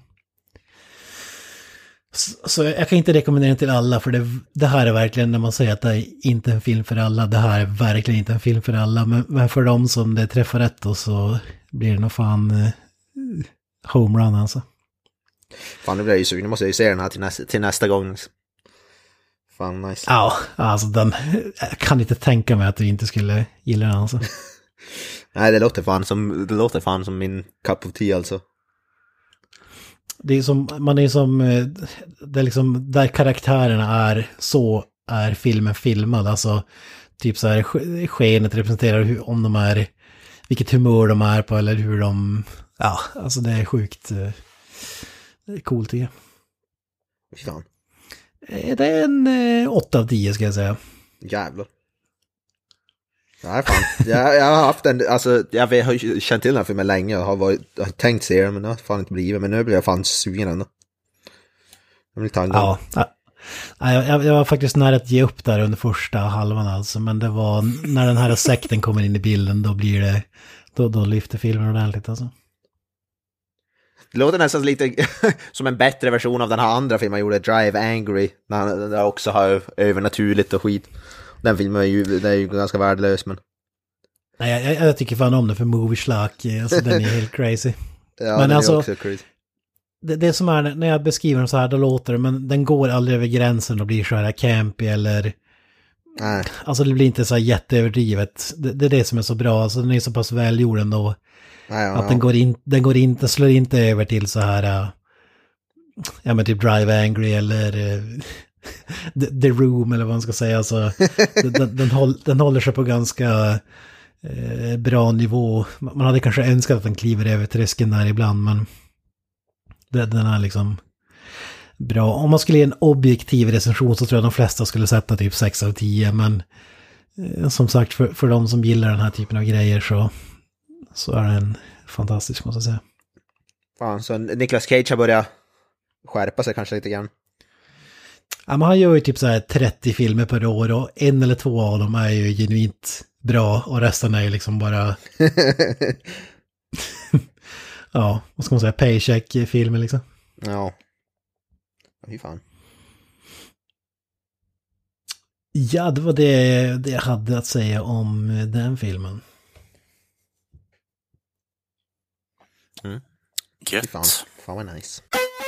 Så jag kan inte rekommendera den till alla, för det här är verkligen, när man säger att det är inte en film för alla, det här är verkligen inte en film för alla, men för dem som det träffar rätt då, så blir det nog fan homerun alltså. Fan, nu blir jag ju sugen, nu måste jag ju se den här till nästa gång. Fan, nice. Ja, alltså jag kan inte tänka mig att du inte skulle gilla den alltså. Nej, det låter fan som min cup of tea alltså. Det är liksom där karaktärerna är filmen filmad, alltså typ så här skenet representerar om de är, vilket humör de är på, eller hur de, ja, alltså det är sjukt coolt tycker jag. Fan. Det är en 8 av 10 ska jag säga. Jävlar. Nej, fan. Jag har haft en, alltså jag har känt till den här filmen länge, jag har tänkt se den, men det har fan inte blivit, men nu blir jag fan sugen ändå. Jag blir taggad. Ja, jag var faktiskt nära att ge upp där under första halvan alltså, men det var när den här sekten kommer in i bilden, då blir det, då lyfter filmen ordentligt alltså. Det låter nästan lite som en bättre version av den här andra filmen jag gjorde, Drive Angry, där också har övernaturligt och skit. Den filmen är ju ganska värdelös, men... Nej, jag tycker fan om den för Movie Schlock, alltså den är helt crazy. Ja, men den alltså, är också crazy. Det som är, när jag beskriver den så här, då låter det, men den går aldrig över gränsen och blir så här campy eller... Nej. Alltså det blir inte så här jätteöverdrivet. Det är det som är så bra, alltså den är så pass välgjord ändå. Att den slår inte över till så här, ja men typ Drive Angry eller The Room eller vad man ska säga. Alltså, den håller sig på ganska bra nivå. Man hade kanske önskat att den kliver över tröskeln där ibland, men den är liksom, bra. Om man skulle ge en objektiv recension så tror jag de flesta skulle sätta typ 6 av 10. Men som sagt, för de som gillar den här typen av grejer så är den fantastisk, måste jag säga. Fan, så Nicolas Cage har börjat skärpa sig kanske lite grann. Ja, men han gör ju typ så här 30 filmer per år och 1 eller 2 av dem är ju genuint bra och resten är ju liksom bara ja, vad ska man säga, paycheck-filmer liksom. Ja. Fy fan. Ja, det var det jag hade att säga om den filmen. Gött. Fan vad nice.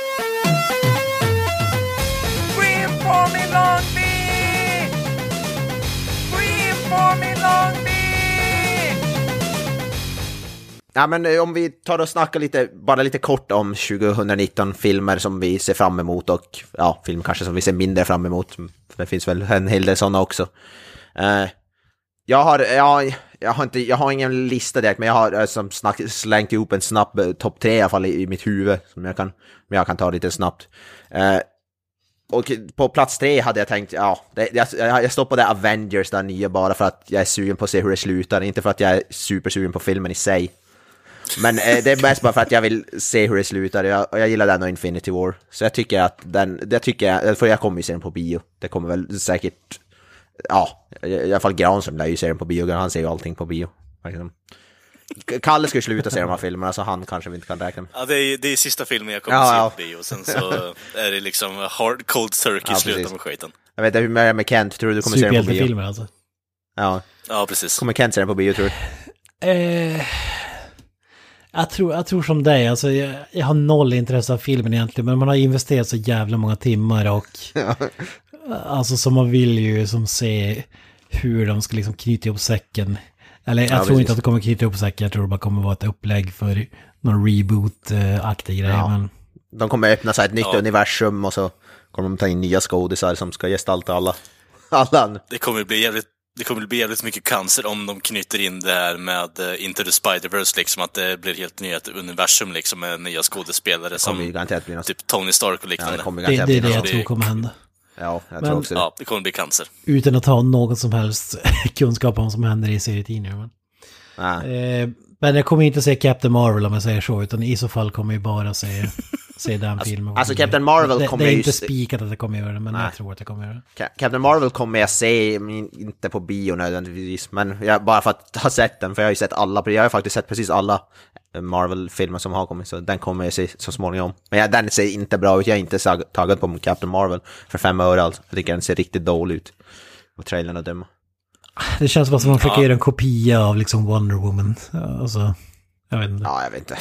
Scream for me Long Beach! Scream for me Long Beach! Ja, men om vi tar och snackar bara lite kort om 2019 filmer som vi ser fram emot och ja, film kanske som vi ser mindre fram emot. Det finns väl en hel del sådana också. Jag har ingen lista direkt, men jag har som slängt ihop en snabb topp 3 i alla fall i mitt huvud som jag kan ta lite snabbt. Och på plats 3 hade jag tänkt, jag stoppade Avengers där nya bara för att jag är sugen på att se hur det slutar, inte för att jag är supersugen på filmen i sig. Men det är mest bara för att jag vill se hur det slutar. Och jag gillar den och Infinity War. Så jag tycker att för jag kommer ju se den på bio. Det kommer väl säkert, i alla fall Granström lär ju se den på bio. Han ser ju allting på bio. Kalle skulle sluta se de här filmerna, så han kanske vi inte kan räkna med. Ja, det är sista filmen jag kommer att se på bio. Sen så är det liksom cold turkey i slutet med skiten. Jag vet inte hur med Kent, tror du kommer se den på bio? Superhjältefilmer alltså. Ja, precis. Kommer Kent se den på bio, tror du? Jag tror som dig, alltså jag har noll intresse av filmen egentligen, men man har investerat så jävla många timmar och alltså som man vill ju som se hur de ska liksom knyta ihop säcken. Eller jag tror inte att det kommer knyta ihop säcken, jag tror det bara kommer vara ett upplägg för någon reboot-aktig grej. Ja. Men... De kommer öppna sig ett nytt universum och så kommer de ta in nya skådisar som ska gestalta alla. Det kommer bli jävligt mycket cancer om de knyter in det här med Into the Spider-Verse, liksom att det blir helt nytt universum liksom med nya skådespelare som typ Tony Stark och liknande. Det är det jag tror kommer hända. Ja, jag tror också det. Ja, det kommer bli cancer. Utan att ha något som helst kunskap om vad som händer i serietidningar. Men jag kommer inte se Captain Marvel om jag säger så, utan i så fall kommer jag bara se den filmen. Alltså Captain Marvel kommer det är inte spikat att jag kommer göra det, men jag tror att jag kommer göra det. Captain Marvel kommer jag se, inte på bio nödvändigtvis, men bara för att ha sett den, för jag har ju sett alla, jag har faktiskt sett precis alla Marvel-filmer som har kommit, så den kommer jag se så småningom. Men den ser inte bra ut, jag är inte taggad på Captain Marvel för 5 öre alltså. Jag tycker den ser riktigt dålig ut på trailern och döma. Det känns bara som att man försöker göra en kopia av liksom Wonder Woman. Alltså, jag vet inte. Ja, jag vet inte.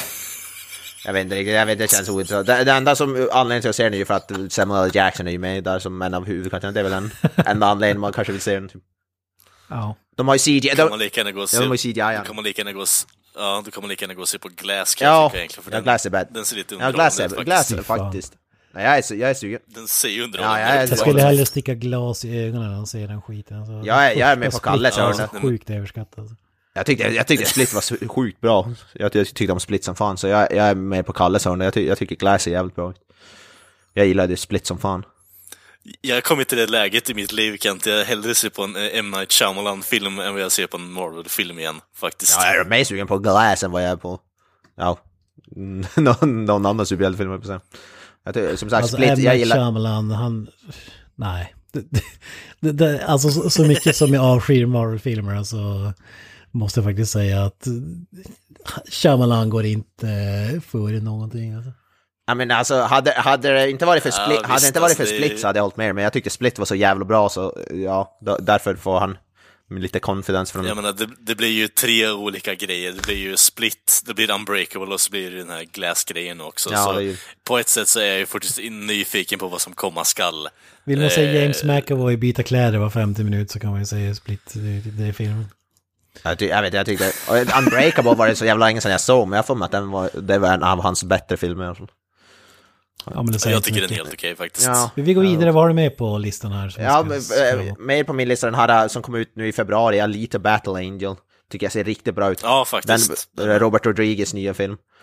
Det känns ointressant. Det enda som anledningen till att se den är ju för att Samuel L. Jackson är ju med där som en av huvudkaraktärerna. Det är väl en enda anledning man kanske vill se den. Ja. De har ju CGI. Då kan man lika gärna gå och se. De har ju CGI. Då kan man lika gärna gå och se på Glass. Ja, för Glass är bad. Den ser lite underhållande ut. Glass är faktiskt. Nej, jag är sugen. Den ser ju underhållande ut. Jag skulle hellre sticka glas i ögonen när de ser den skiten. Alltså, jag är med på Kalles hörna. Sjukt överskattat. Alltså. Jag tyckte Split var sjukt bra. Jag tyckte om Split som fan, så jag är med på Kalles hörna. Jag tycker Glass är jävligt bra. Jag gillade Split som fan. Jag har kommit till det läget i mitt liv, Kent. Jag hellre ser på en M. Night Shyamalan-film än vad jag ser på en Marvel-film igen, faktiskt. Ja, jag är mer sugen på Glass än vad jag är på någon annan superhjältefilm på sig. Som sagt, alltså, Split, jag gillar... Shyamalan, nej. Alltså så mycket som jag avskyr Marvel-filmer, alltså måste jag faktiskt säga att Shyamalan går inte före någonting. Alltså. Jag menar, alltså, hade det inte varit för Split så hade jag hållit med, men jag tyckte Split var så jävla bra, så därför får han lite confidence från... Jag menar, det blir ju 3 olika grejer. Det blir ju Split, det blir Unbreakable och så blir det den här Glass-grejen också. Ja, så på ett sätt så är jag ju fortfarande nyfiken på vad som komma skall. Vill man säga James McAvoy byta kläder var 50 minuter, så kan man ju säga Split, det är filmen. Jag tyckte... Unbreakable var det så jävla länge sedan jag såg, men jag får med att det var en av hans bättre filmer. Ja, men jag tycker den är helt okej faktiskt. Ja. Vi går vidare, vad har du med på listan här? Med på min lista, den här som kom ut nu i februari, Alita Battle Angel. Tycker jag ser riktigt bra ut. Ja, faktiskt. Den Robert Rodriguez nya film.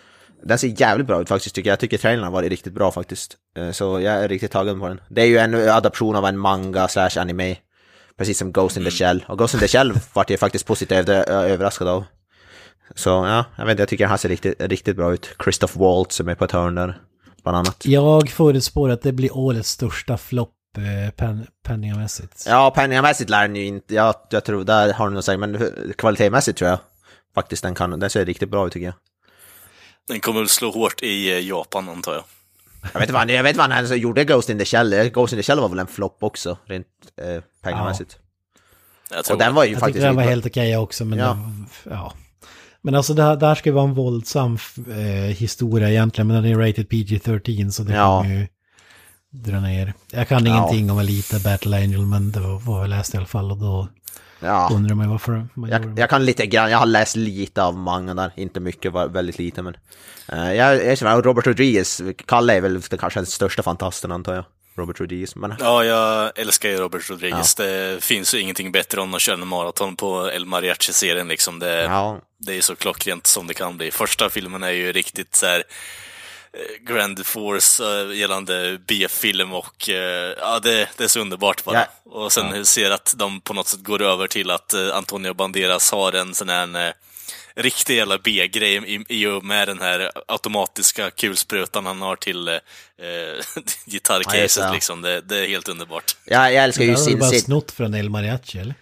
Den ser jävligt bra ut faktiskt tycker jag. Jag tycker trailern har varit riktigt bra faktiskt. Så jag är riktigt taggad på den. Det är ju en adaption av en manga / anime. Precis som Ghost in the Shell. Och Ghost in the Shell vart jag faktiskt positivt överraskad av. Så ja, jag tycker den här ser riktigt bra ut. Christoph Waltz som är på ett hörn där, bland annat. Jag förutspår att det blir årets största flopp penningamässigt. Ja, penningamässigt lär den ju inte. Jag tror, där har den nog sagt, men kvalitetmässigt tror jag faktiskt den ser riktigt bra ut tycker jag. Den kommer väl slå hårt i Japan antar jag. Jag vet vad han gjorde Ghost in the Shell. Ghost in the Shell var väl en flopp också, rent pengamässigt. Ja. Och den var ju jag faktiskt... den var helt okej också, men ja. Men alltså det här ska ju vara en våldsam historia egentligen, men den är rated PG-13 så det kommer ju dra ner. Jag kan ingenting om Alita Battle Angel, men det var vad jag läste i alla fall och då undrar man varför man jag kan lite grann, jag har läst lite av mangan där, inte mycket, väldigt lite, men Robert Rodriguez, Kalle är väl kanske den största fantasten antar jag. Robert Rodriguez. Men... Ja, jag älskar ju Robert Rodriguez. Ja. Det finns ju ingenting bättre än att köra en maraton på El Mariachi-serien. Liksom. Det är så klockrent som det kan bli. Första filmen är ju riktigt så här Grand Force gällande B-film och det är så underbart bara. Ja. Och sen ser att de på något sätt går över till att Antonio Banderas har en sån här riktig jävla B-grej i och med den här automatiska kulsprutan han har till gitarrcaset liksom. Det är helt underbart. Ja, jag älskar ju Sin City. Det är bara snott från El Mariachi, eller?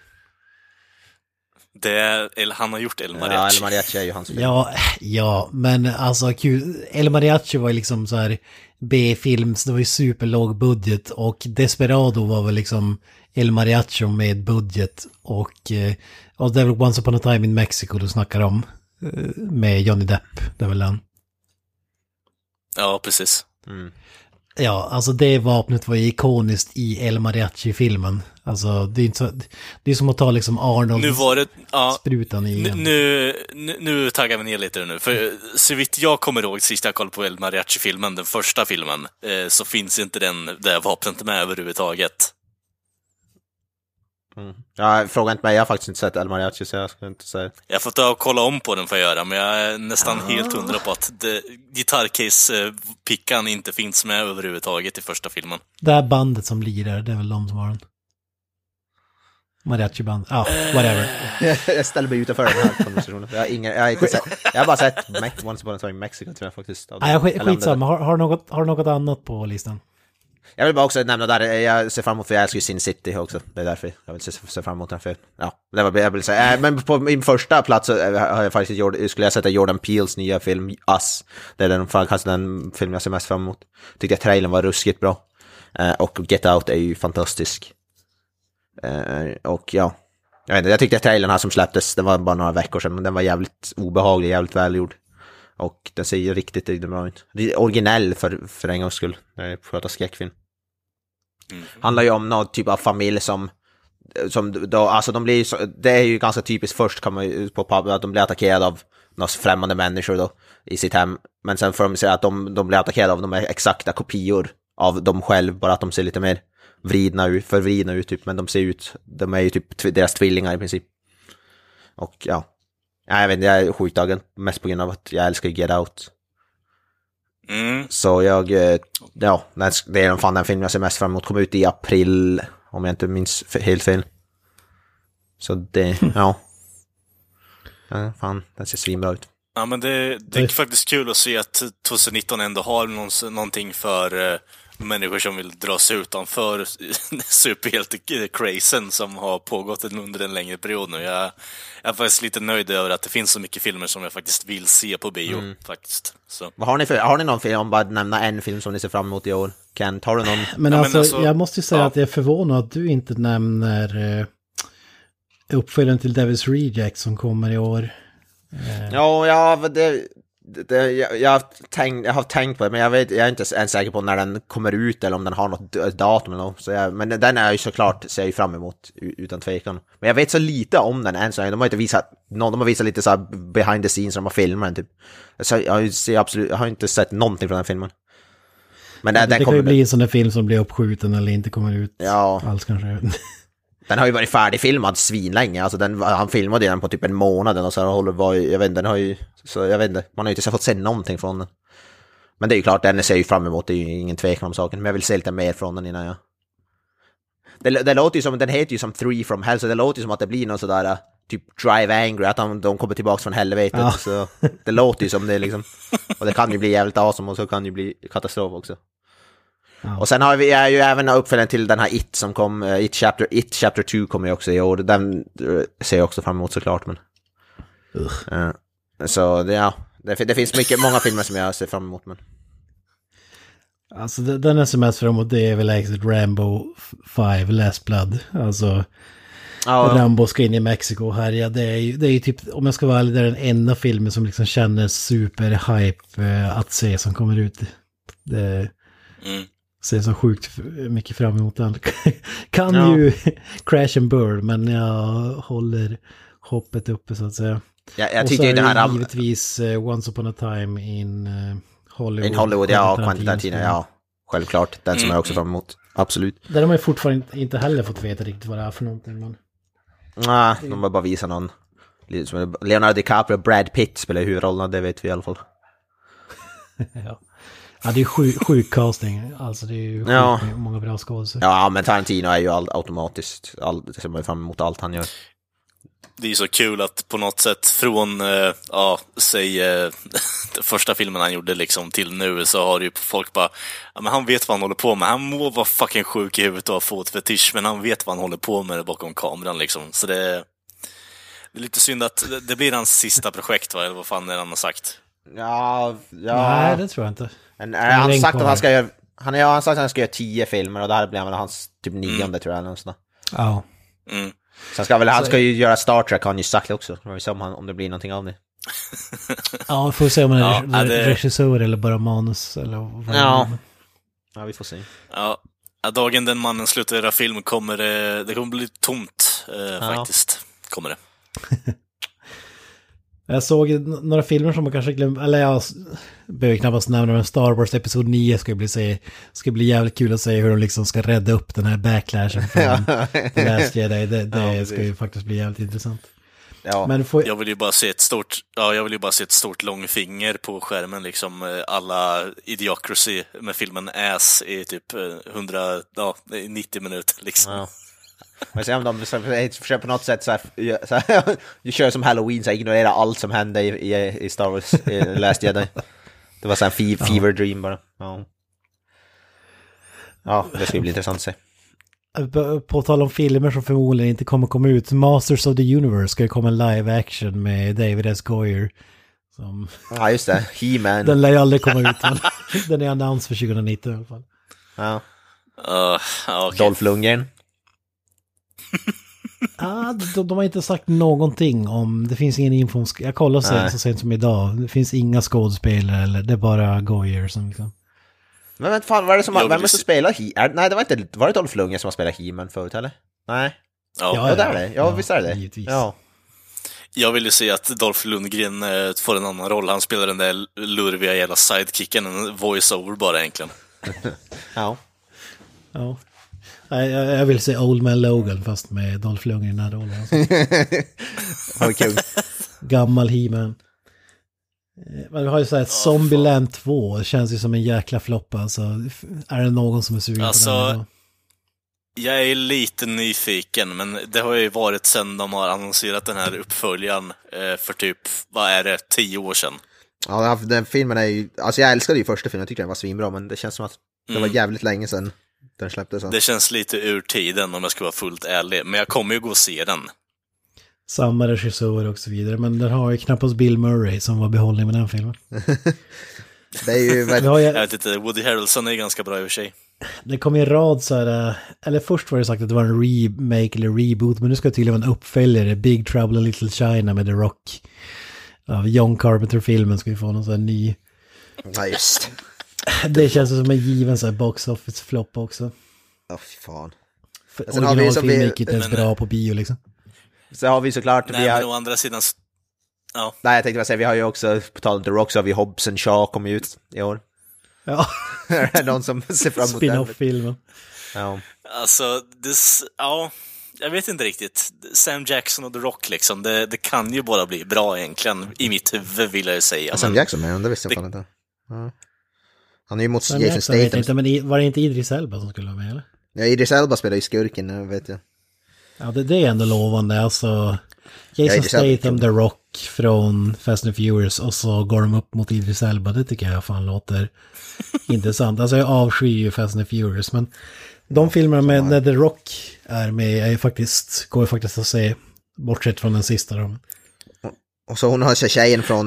Han har gjort El Mariachi. Ja, El Mariachi är ju hans film. Ja, men alltså El Mariachi var ju liksom så här B-film, så det var ju superlåg budget och Desperado var väl liksom El Mariachi med budget och det är väl Once Upon a Time in Mexico du snackar om med Johnny Depp, det är väl den. Ja, precis. Mm. Ja, alltså det vapnet var ju ikoniskt i El Mariachi-filmen. Alltså det är inte så, det är som att ta liksom Arnold sprutan i nu taggar vi ner lite nu. För så vitt jag kommer ihåg sist jag kollade på El Mariachi-filmen, den första filmen, så finns inte det vapnet med överhuvudtaget. Mm. Ja, fråga inte mig, jag har faktiskt inte sett El Mariachi så jag ska inte säga. Jag får ta och kolla om på den för att göra, men jag är nästan helt hundra på att gitarrcase-pickan inte finns med överhuvudtaget i första filmen. Det här bandet som lirar, det är väl de som har den. Mariachi-band, whatever. Jag ställer mig utanför den här konversationen. Jag har bara sett Once Upon a Time in Mexico tror jag faktiskt. Skitsamma, har du något annat på listan? Jag vill bara också nämna där, jag ser fram emot, för jag älskar ju Sin City också. Det är därför jag vill se fram emot den. För, det var jag vill säga. Men på min första plats har jag faktiskt skulle jag sätta Jordan Peels nya film Us. Det är kanske den film jag ser mest fram emot. Tyckte att trailern var ruskigt bra. Och Get Out är ju fantastisk. Och jag tyckte att trailern här som släpptes, det var bara några veckor sedan, men den var jävligt obehaglig, jävligt välgjord. Och den ser ju riktigt bra ut. Det är originell för en gångs skull när jag pratar skräckfilm. Handlar ju om någon typ av familj som då, alltså de blir det är ju ganska typiskt först kan man ju på pub att de blir attackerade av några främmande människor då i sitt hem, men sen får de säga att de blir attackerade av de exakta kopior av dem själv, bara att de ser lite mer förvridna ut typ, men de är ju typ deras tvillingar i princip. Och jag vet inte, jag är skjutagen mest på grund av att jag älskar Get Out. Så det är den film jag ser mest fram emot. Kom ut i april, om jag inte minns helt fel. Så det, fan, den ser svinbra ut. Ja, men det är faktiskt kul att se att 2019 ändå har någonting för människor som vill dra sig utanför superhjälte-crazen som har pågått under en längre period nu. Jag är faktiskt lite nöjd över att det finns så mycket filmer som jag faktiskt vill se på bio faktiskt. Så. Vad har ni någon film, om bara nämna en film som ni ser fram emot i år? Kent, har du någon? Men alltså, jag måste ju säga att jag är förvånad att du inte nämner uppföljaren till Devil's Reject som kommer i år. Jag har tänkt på det, men jag är inte ens säker på när den kommer ut eller om den har något datum eller något. Men den är ju såklart, ser jag ju fram emot utan tvekan. Men jag vet så lite om den än så de har inte visat de har visat lite så här behind the scenes som de har filmat typ. Så jag har inte sett någonting från den filmen. Men det kan ju bli en sån där film som blir uppskjuten eller inte kommer ut alls kanske. Den har ju varit färdigfilmad svinlänge. Alltså han filmade den på typ en månad och så jag vet inte, man har ju inte fått se någonting från den. Men det är ju klart, den ser ju fram emot, det är ju ingen tvekan om saken. Men jag vill se lite mer från den innan jag... Det låter ju som, den heter ju som 3 from Hell, så det låter ju som att det blir någon sådär typ Drive Angry, att de kommer tillbaka från helvetet. Ja. Så det låter ju som det liksom. Och det kan ju bli jävligt awesome och så kan det ju bli katastrof också. Ja. Och sen har vi ju även uppföljaren till den här It som kom, It Chapter 2 kommer ju också i år. Den ser jag också fram emot såklart, men... Så det finns många filmer som jag ser fram emot, men... Alltså den är som mest framåt, det är väl Exit Rambo 5 Last Blood. Alltså Rambo ska in i Mexiko här. Ja, det är ju typ, om jag ska vara ärlig, det är den enda filmen som liksom känner super-hype att se som kommer ut. Det ser så sjukt mycket fram emot den. Kan ju crash and burn, men jag håller hoppet uppe så att säga. Jag tycker ju det här... givetvis Once upon a time in Hollywood. In Hollywood, ja, Quentin Tarantino, ja. Självklart, den som jag också fram emot. Absolut. Där har man ju fortfarande inte heller fått veta riktigt vad det är för någonting. Men... Nej, de har bara visat någon. Leonardo DiCaprio och Brad Pitt spelar huvudrollerna, det vet vi i alla fall. Ja, det är sjuk casting. Alltså det är ju många bra skådespelare. Ja, men Tarantino är ju automatiskt. Det ser man ju fram emot allt han gör. Det är så kul att på något sätt från första filmen han gjorde liksom till nu så har ju folk bara, ja, men han vet vad han håller på med. Han må vara fucking sjuk i huvudet och ha fått fetisch, men han vet vad han håller på med bakom kameran liksom. Så det är lite synd att det blir hans sista projekt, va? Eller vad fan är det han har sagt? Ja. Nej, det tror jag inte. Han har sagt att han ska göra han sagt att han ska göra 10 filmer och det här blir väl hans typ 9:e tror jag. Ja. Så han ska ju göra Star Trek, han ju sagt också. Vi får se om det blir någonting av det. Ja, vi får se om det är regissör eller bara manus. Eller vad ja, vi får se. Ja, dagen den mannen slutar göra film kommer det kommer bli tomt faktiskt. Kommer det. Jag såg några filmer som man kanske glömde, eller jag behöver knappast nämna, men Star Wars episod 9 ska bli jävligt kul att se hur de liksom ska rädda upp den här backlashen från The Last Jedi. Det ska ju faktiskt bli jävligt intressant. Ja. Men jag vill ju bara se ett stort långfinger på skärmen liksom, alla Idiocracy med filmen Ass i typ 90 minuter liksom. Ja. Men sen om de försöker på något sätt så här, du kör som Halloween så här, ignorera allt som hände i Star Wars Last Jedi. Det var så en fever dream bara. Ja, det ska bli intressant att se. På tal om filmer som förmodligen inte kommer komma ut, Masters of the Universe ska komma en live action med David S. Goyer. Ja, just det. He-Man. Den lär ju aldrig komma ut. Den är annons för 2019 i alla fall. Ja. Okay. Dolph Lundgren. De har inte sagt någonting om, det finns ingen info. Jag kollade så sent som idag. Det finns inga skådespelare eller det är bara Goyer som liksom. Men fan, vad är det som vem är som spelar nej, var det Dolph Lundgren som har spelat He-Man förut eller? Nej. Ja, det är det. Ja, visst är det. Givetvis. Ja. Jag vill ju se att Dolph Lundgren får en annan roll. Han spelar den där lurviga jävla sidekicken, en voice-over bara egentligen. Ja. Jag vill se Old Man Logan fast med Dolph Lundgren i den här rollen. Alltså. Kul. Gammal He-Man. Men vi har ju så här Zombieland 2. Det känns ju som en jäkla floppa. Alltså, är det någon som är sugen på den? Jag är lite nyfiken, men det har ju varit sedan de har annonserat den här uppföljaren för typ, vad är det, 10 år sedan. Ja, den filmen är ju, alltså jag älskade ju första filmen, jag tyckte den var svinbra, men det känns som att det var jävligt länge sedan den släpptes. Det känns lite ur tiden om jag ska vara fullt ärlig, men jag kommer ju gå och se den. Samma regissör och så vidare, men den har ju knappast Bill Murray som var behållning med den filmen. Det är ju jag vet inte, Woody Harrelson är ganska bra i och för sig. Det kom ju en rad så här, eller först var det sagt att det var en remake eller reboot, men nu ska det tydligen vara en uppföljare, Big Trouble in Little China med The Rock. Av John Carpenter-filmen ska vi få någon sån här ny. Ja, just. Det känns som en given så här box office-flopp också. Ja, fy fan. Originalfilm gick inte ens bra på bio liksom. Så har vi såklart... Nej, men å andra sidan... Ja. Nej, jag tänkte bara säga, vi har ju också, på tal om The Rock, så har vi Hobbs and Shaw kom ut i år. Ja. Är det någon som ser fram emot Spin-off-filmen. Ja. Alltså, ja... jag vet inte riktigt. Sam Jackson och The Rock liksom, det kan ju bara bli bra egentligen i mitt huvud, vill jag säga. Ja, Sam Jackson, men det visste jag inte. Ja. Han är ju mot Jason Statham. Men var det inte Idris Elba som skulle vara med, eller? Ja, Idris Elba spelar ju skurken, vet jag. Ja, det är ändå lovande. Alltså, Jason Statham, The Rock från Fast and Furious och så går de upp mot Idris Elba. Det tycker jag fan låter intressant. Alltså jag avskyr ju Fast and Furious, men de filmerna med när The Rock är med går faktiskt att se, bortsett från den sista. Då. Och så hon har sig tjejen från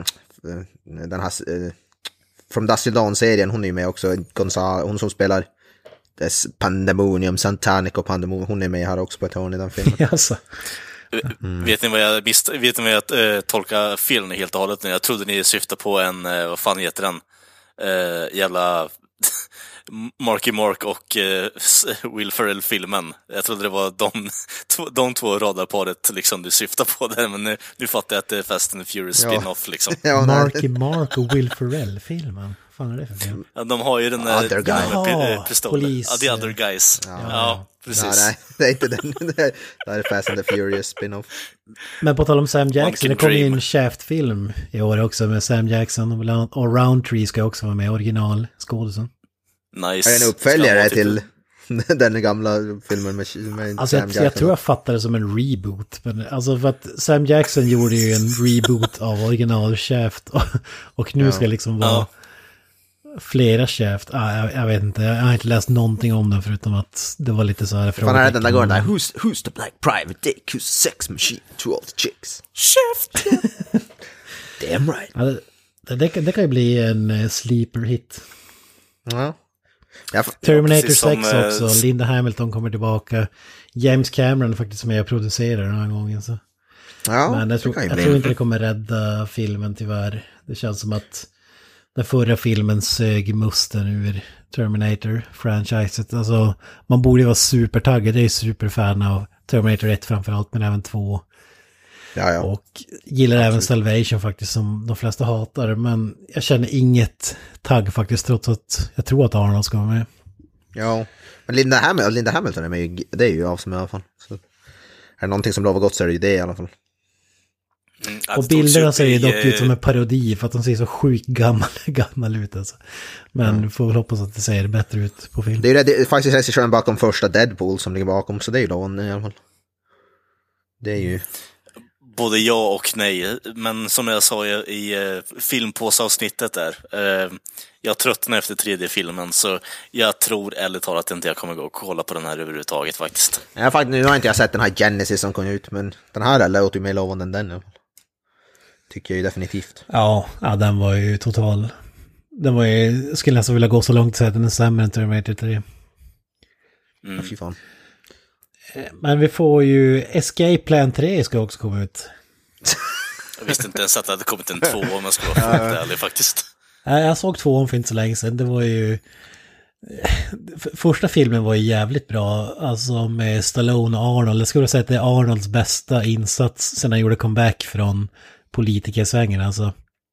den här från Dusty Dawn-serien, hon är ju med också. Hon som spelar Pandemonium, Santanic och Pandemonium, hon är med här också på ett hörn i den filmen. Alltså. Vet ni vad jag tolkar filmen helt och hållet nu? Jag trodde ni syftade på en, vad fan heter den? Jävla Marky Mark och Will Ferrell-filmen. Jag trodde det var de två radarparet liksom du syftar på där, men nu fattar jag att det är Fast and Furious spin-off liksom. Ja, Marky Mark och Will Ferrell-filmen. Vad fan är det för film? Ja, de har ju den där pistolen. Ja, The Other Guys. Ja, precis. Ja, nej, det är inte den. Det är Fast and the Furious spin-off. Men på tal om Sam Jackson, det kommer ju en Shaft-film i år också med Sam Jackson och Roundtree ska också vara med, originalskådisen. Nice. Är en uppföljare till den gamla filmen med alltså Sam Jackson? Jag tror jag fattar det som en reboot. Men alltså för att Sam Jackson gjorde ju en reboot av original Shaft och nu ska liksom vara flera Shaft. Jag vet inte, jag har inte läst någonting om den förutom att det var lite så här från den där gården där, who's the black private dick, who's sex machine to all the chicks? Shaft! Damn right. Ja, det kan ju bli en sleeper hit. Ja. Terminator 6 också, Linda Hamilton kommer tillbaka. James Cameron är faktiskt med och producerar den här gången. Så. Ja, men jag tror inte det kommer rädda filmen tyvärr. Det känns som att den förra filmen sög musten ur Terminator-franchiset. Alltså, man borde ju vara supertaggad. Det är superfan av Terminator 1 framförallt, men även 2. Ja. Och gillar även Salvation faktiskt, som de flesta hatar. Men jag känner inget tagg faktiskt, trots att jag tror att Arnold ska vara med. Ja, men Linda Hamilton är med ju, det är ju av som i alla fall. Så är det någonting som lovar gott så är det ju det i alla fall. Och bilderna ser ju dock ut som en parodi för att de ser så sjukt gammal ut alltså. Men får väl hoppas att det ser bättre ut på film. Det är ju faktiskt regissören bakom första Deadpool som ligger bakom, så det är ju då i alla fall. Det är ju... Både ja och nej, men som jag sa i filmpåsavsnittet där, jag tröttnar efter 3D-filmen, så jag tror ärligt talat inte jag kommer gå och kolla på den här överhuvudtaget faktiskt. Ja, nu har inte jag sett den här Genesis som kom ut, men den här låter ju mer lovande än den. Tycker jag ju definitivt. Ja, den var ju total. Den var ju, skulle nästan vilja gå så långt så att den är sämre än Terminator 3. Fy fan. Men vi får ju Escape Plan 3 ska också komma ut. Jag visste inte ens att det hade kommit en 2 om jag skulle vara fullt ärlig faktiskt. Jag såg 2 för inte så länge sedan. Det var ju... Första filmen var ju jävligt bra. Alltså med Stallone och Arnold. Jag skulle säga att det är Arnolds bästa insats sen han gjorde comeback från politikersvängen alltså.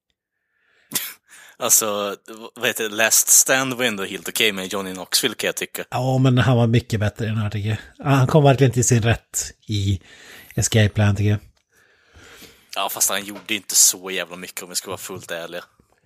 Alltså, vad heter det? Last Stand var ändå helt okej med Johnny Knoxville kan jag tycka. Ja, men han var mycket bättre i den här tycker jag. Han kom verkligen till sin rätt i Escape Plan tycker jag. Ja, fast han gjorde inte så jävla mycket om vi ska vara fullt ärliga.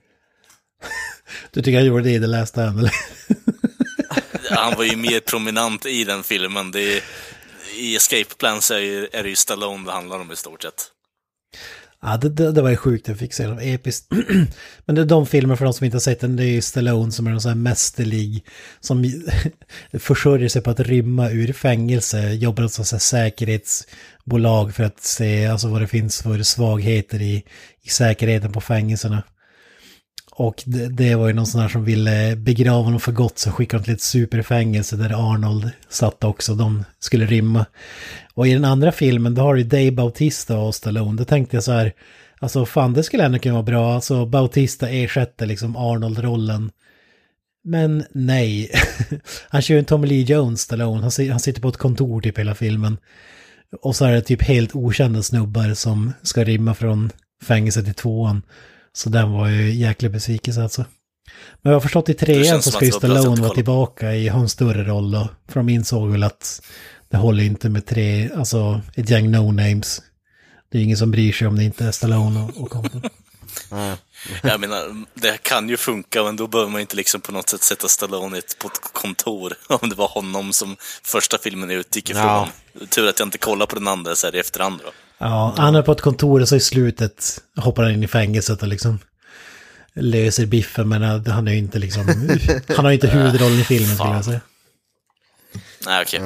Du tycker han gjorde det i The Last Stand, eller? Han var ju mer prominent i den filmen. I Escape Plan så är det ju Stallone det handlar om i stort sett. Ja, det var ju sjukt, jag fick se dem episkt. Men det är de filmer för de som inte har sett den, det är ju Stallone som är någon sån här mästerlig, som försörjer sig på att rymma ur fängelse, jobbar hos sån här säkerhetsbolag för att se alltså vad det finns för svagheter i säkerheten på fängelserna. Och det var ju någon sån här som ville begrava honom för gott, så skickade de till ett superfängelse där Arnold satt också. De skulle rymma. Och i den andra filmen, då har du Dave Bautista och Stallone. Då tänkte jag så här, alltså fan det skulle ändå kunna vara bra. Alltså Bautista ersätter liksom Arnold-rollen. Men nej. Han kör en Tommy Lee Jones, Stallone. Han sitter på ett kontor typ hela filmen. Och så är det typ helt okända snubbar som ska rymma från fängelset till 2:an. Så den var ju jäkla besvikelse alltså. Men jag har förstått i 3:an så ska ju Stallone vara tillbaka i en större roll då. För de insåg väl att Det håller inte med ett gäng no-names. Det är ingen som bryr sig om det inte är Stallone och kompani. Jag menar, det kan ju funka, men då behöver man inte liksom på något sätt sätta Stallone på ett kontor om det var honom som första filmen utgick ifrån. Ja. Tur att jag inte kollar på den andra så här i efterhand då. Ja, han är på ett kontor och så i slutet hoppar han in i fängelset och liksom löser biffen, men han är ju inte liksom han har inte huvudrollen i filmen skulle jag säga. Nej, okej.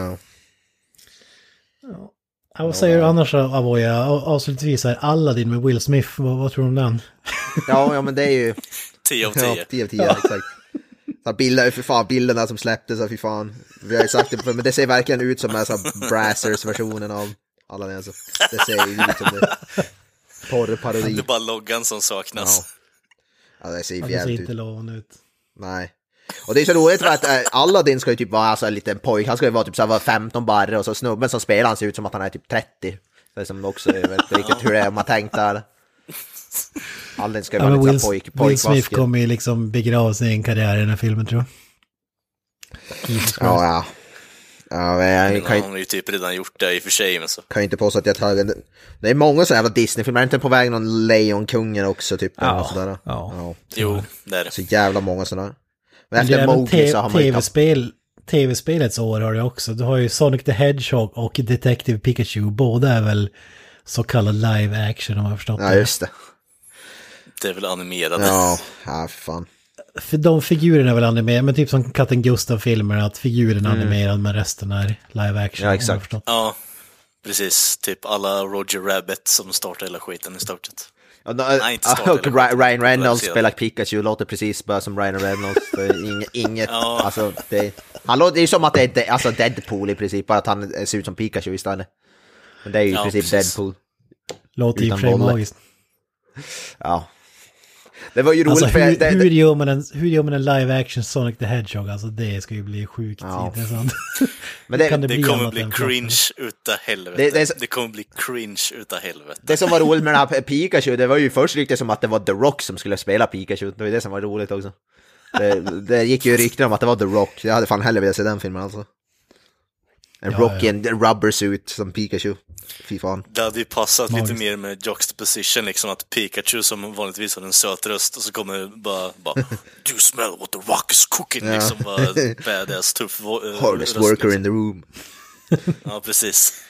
Ja, vad säger du annars, Avoya? Avslutningsvis här, Aladdin med Will Smith, vad tror du om den? Ja, men det är ju 10 av 10. Ja, 10 av 10, exakt. Bilderna som släpptes, fy fan. Vi har ju sagt det, men det ser verkligen ut som Brazzers-versionen av Aladdin. Alltså. Det ser ju ut som det. Porrparodi. Det är bara loggan som saknas. Ja, det ser ju jävligt ut. Inte lovan ut. Nej. Och det är så roligt för att Aladdin ska ju typ vara en liten pojk. Han ska ju vara typ så här 15 barre och så snubben som spelar han ser ut som att han är typ 30. Det är som också, jag vet inte riktigt hur det är om man tänkt där. Aladdin ska ju vara lite pojk. Will Smith kommer ju liksom begrava sin karriär i den här filmen, tror jag. Ja. Ja, jag kan har ju typ redan gjort det i och för sig, men så. Kan ju inte påstå att jag tagit. Det är många sådana jävla Disney-filmer. Är inte på väg någon Lejonkungen också typ? Ja. Sådär. Ja. Jo, det är det. Så jävla många sådana. Men efter Mowgli så har man tv-spelets år har det också. Du har ju Sonic the Hedgehog och Detective Pikachu. Båda är väl så kallad live action om jag har förstått det. Ja, just det. Det är väl animerade. Ja, för fan. För de figurerna är väl animerade, men typ som Katten Gustav-filmer, att figuren är animerad men resten är live action. Ja, exakt. Ja, precis. Typ alla Roger Rabbit som startar hela skiten i stort sett. Ja, Ryan Reynolds spelar Pikachu, låter precis bara som Ryan Reynolds. Inget, alltså det är ju som att det är alltså Deadpool i princip, bara att han ser ut som Pikachu istället. Men det är ju i princip precis. Deadpool. Låter ju för magiskt. Ja. Det var ju roligt alltså, för hur gör man en live action Sonic the Hedgehog? Alltså det ska ju bli sjukt intressant. Men det kommer bli cringe utav helvete. Det kommer bli cringe utav helvete. Det som var roligt med den här Pikachu, det var ju först riktigt som att det var The Rock som skulle spela Pikachu. Det var det som var roligt också. Det gick ju rykten om att det var The Rock. Jag hade fan hellre velat se den filmen alltså. En Rock i en rubber suit som Pikachu. Fy fan. Det hade ju passat lite mer med juxtaposition, liksom att Pikachu som vanligtvis har en söt röst och så kommer bara do you smell what the Rock is cooking, liksom bara badass tuff hardest worker in the room. Ja, precis.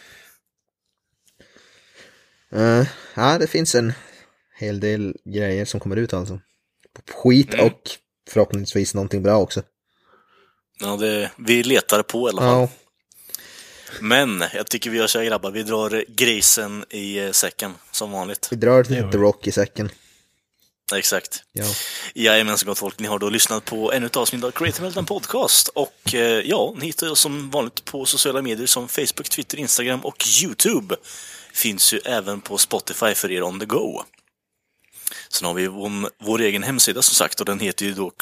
Ja, det finns en hel del grejer som kommer ut alltså. Skit och förhoppningsvis någonting bra också. Ja, vi letar på i alla fall. Ja. Men jag tycker vi gör så här, grabbar. Vi drar grisen i säcken, som vanligt. Vi drar The Rock i säcken. Exakt. Ja. Jajamän, så gott folk. Ni har då lyssnat på ännu ett avsnitt av Creative Meltdown Podcast. Och ni hittar oss som vanligt på sociala medier som Facebook, Twitter, Instagram och YouTube. Finns ju även på Spotify för er on the go. Sen har vi vår egen hemsida som sagt, och den heter ju då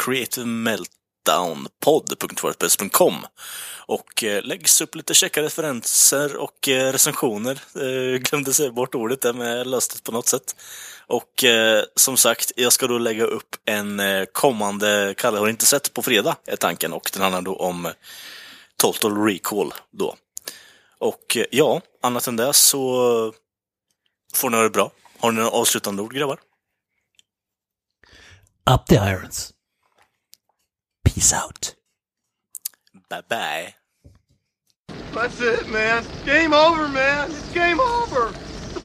creativemeltdownpod.wordpress.com. Och läggs upp lite checka referenser och recensioner. Glömde säga bort ordet där, men jag löste det på något sätt. Och som sagt, jag ska då lägga upp en kommande Kalle har inte sett på fredag, är tanken. Och den handlar då om Total Recall då. Och annat än det så får ni ha det bra. Har ni några avslutande ord, grabbar? Up the irons. Peace out. Bye bye. That's it, man. Game over, man. It's game over.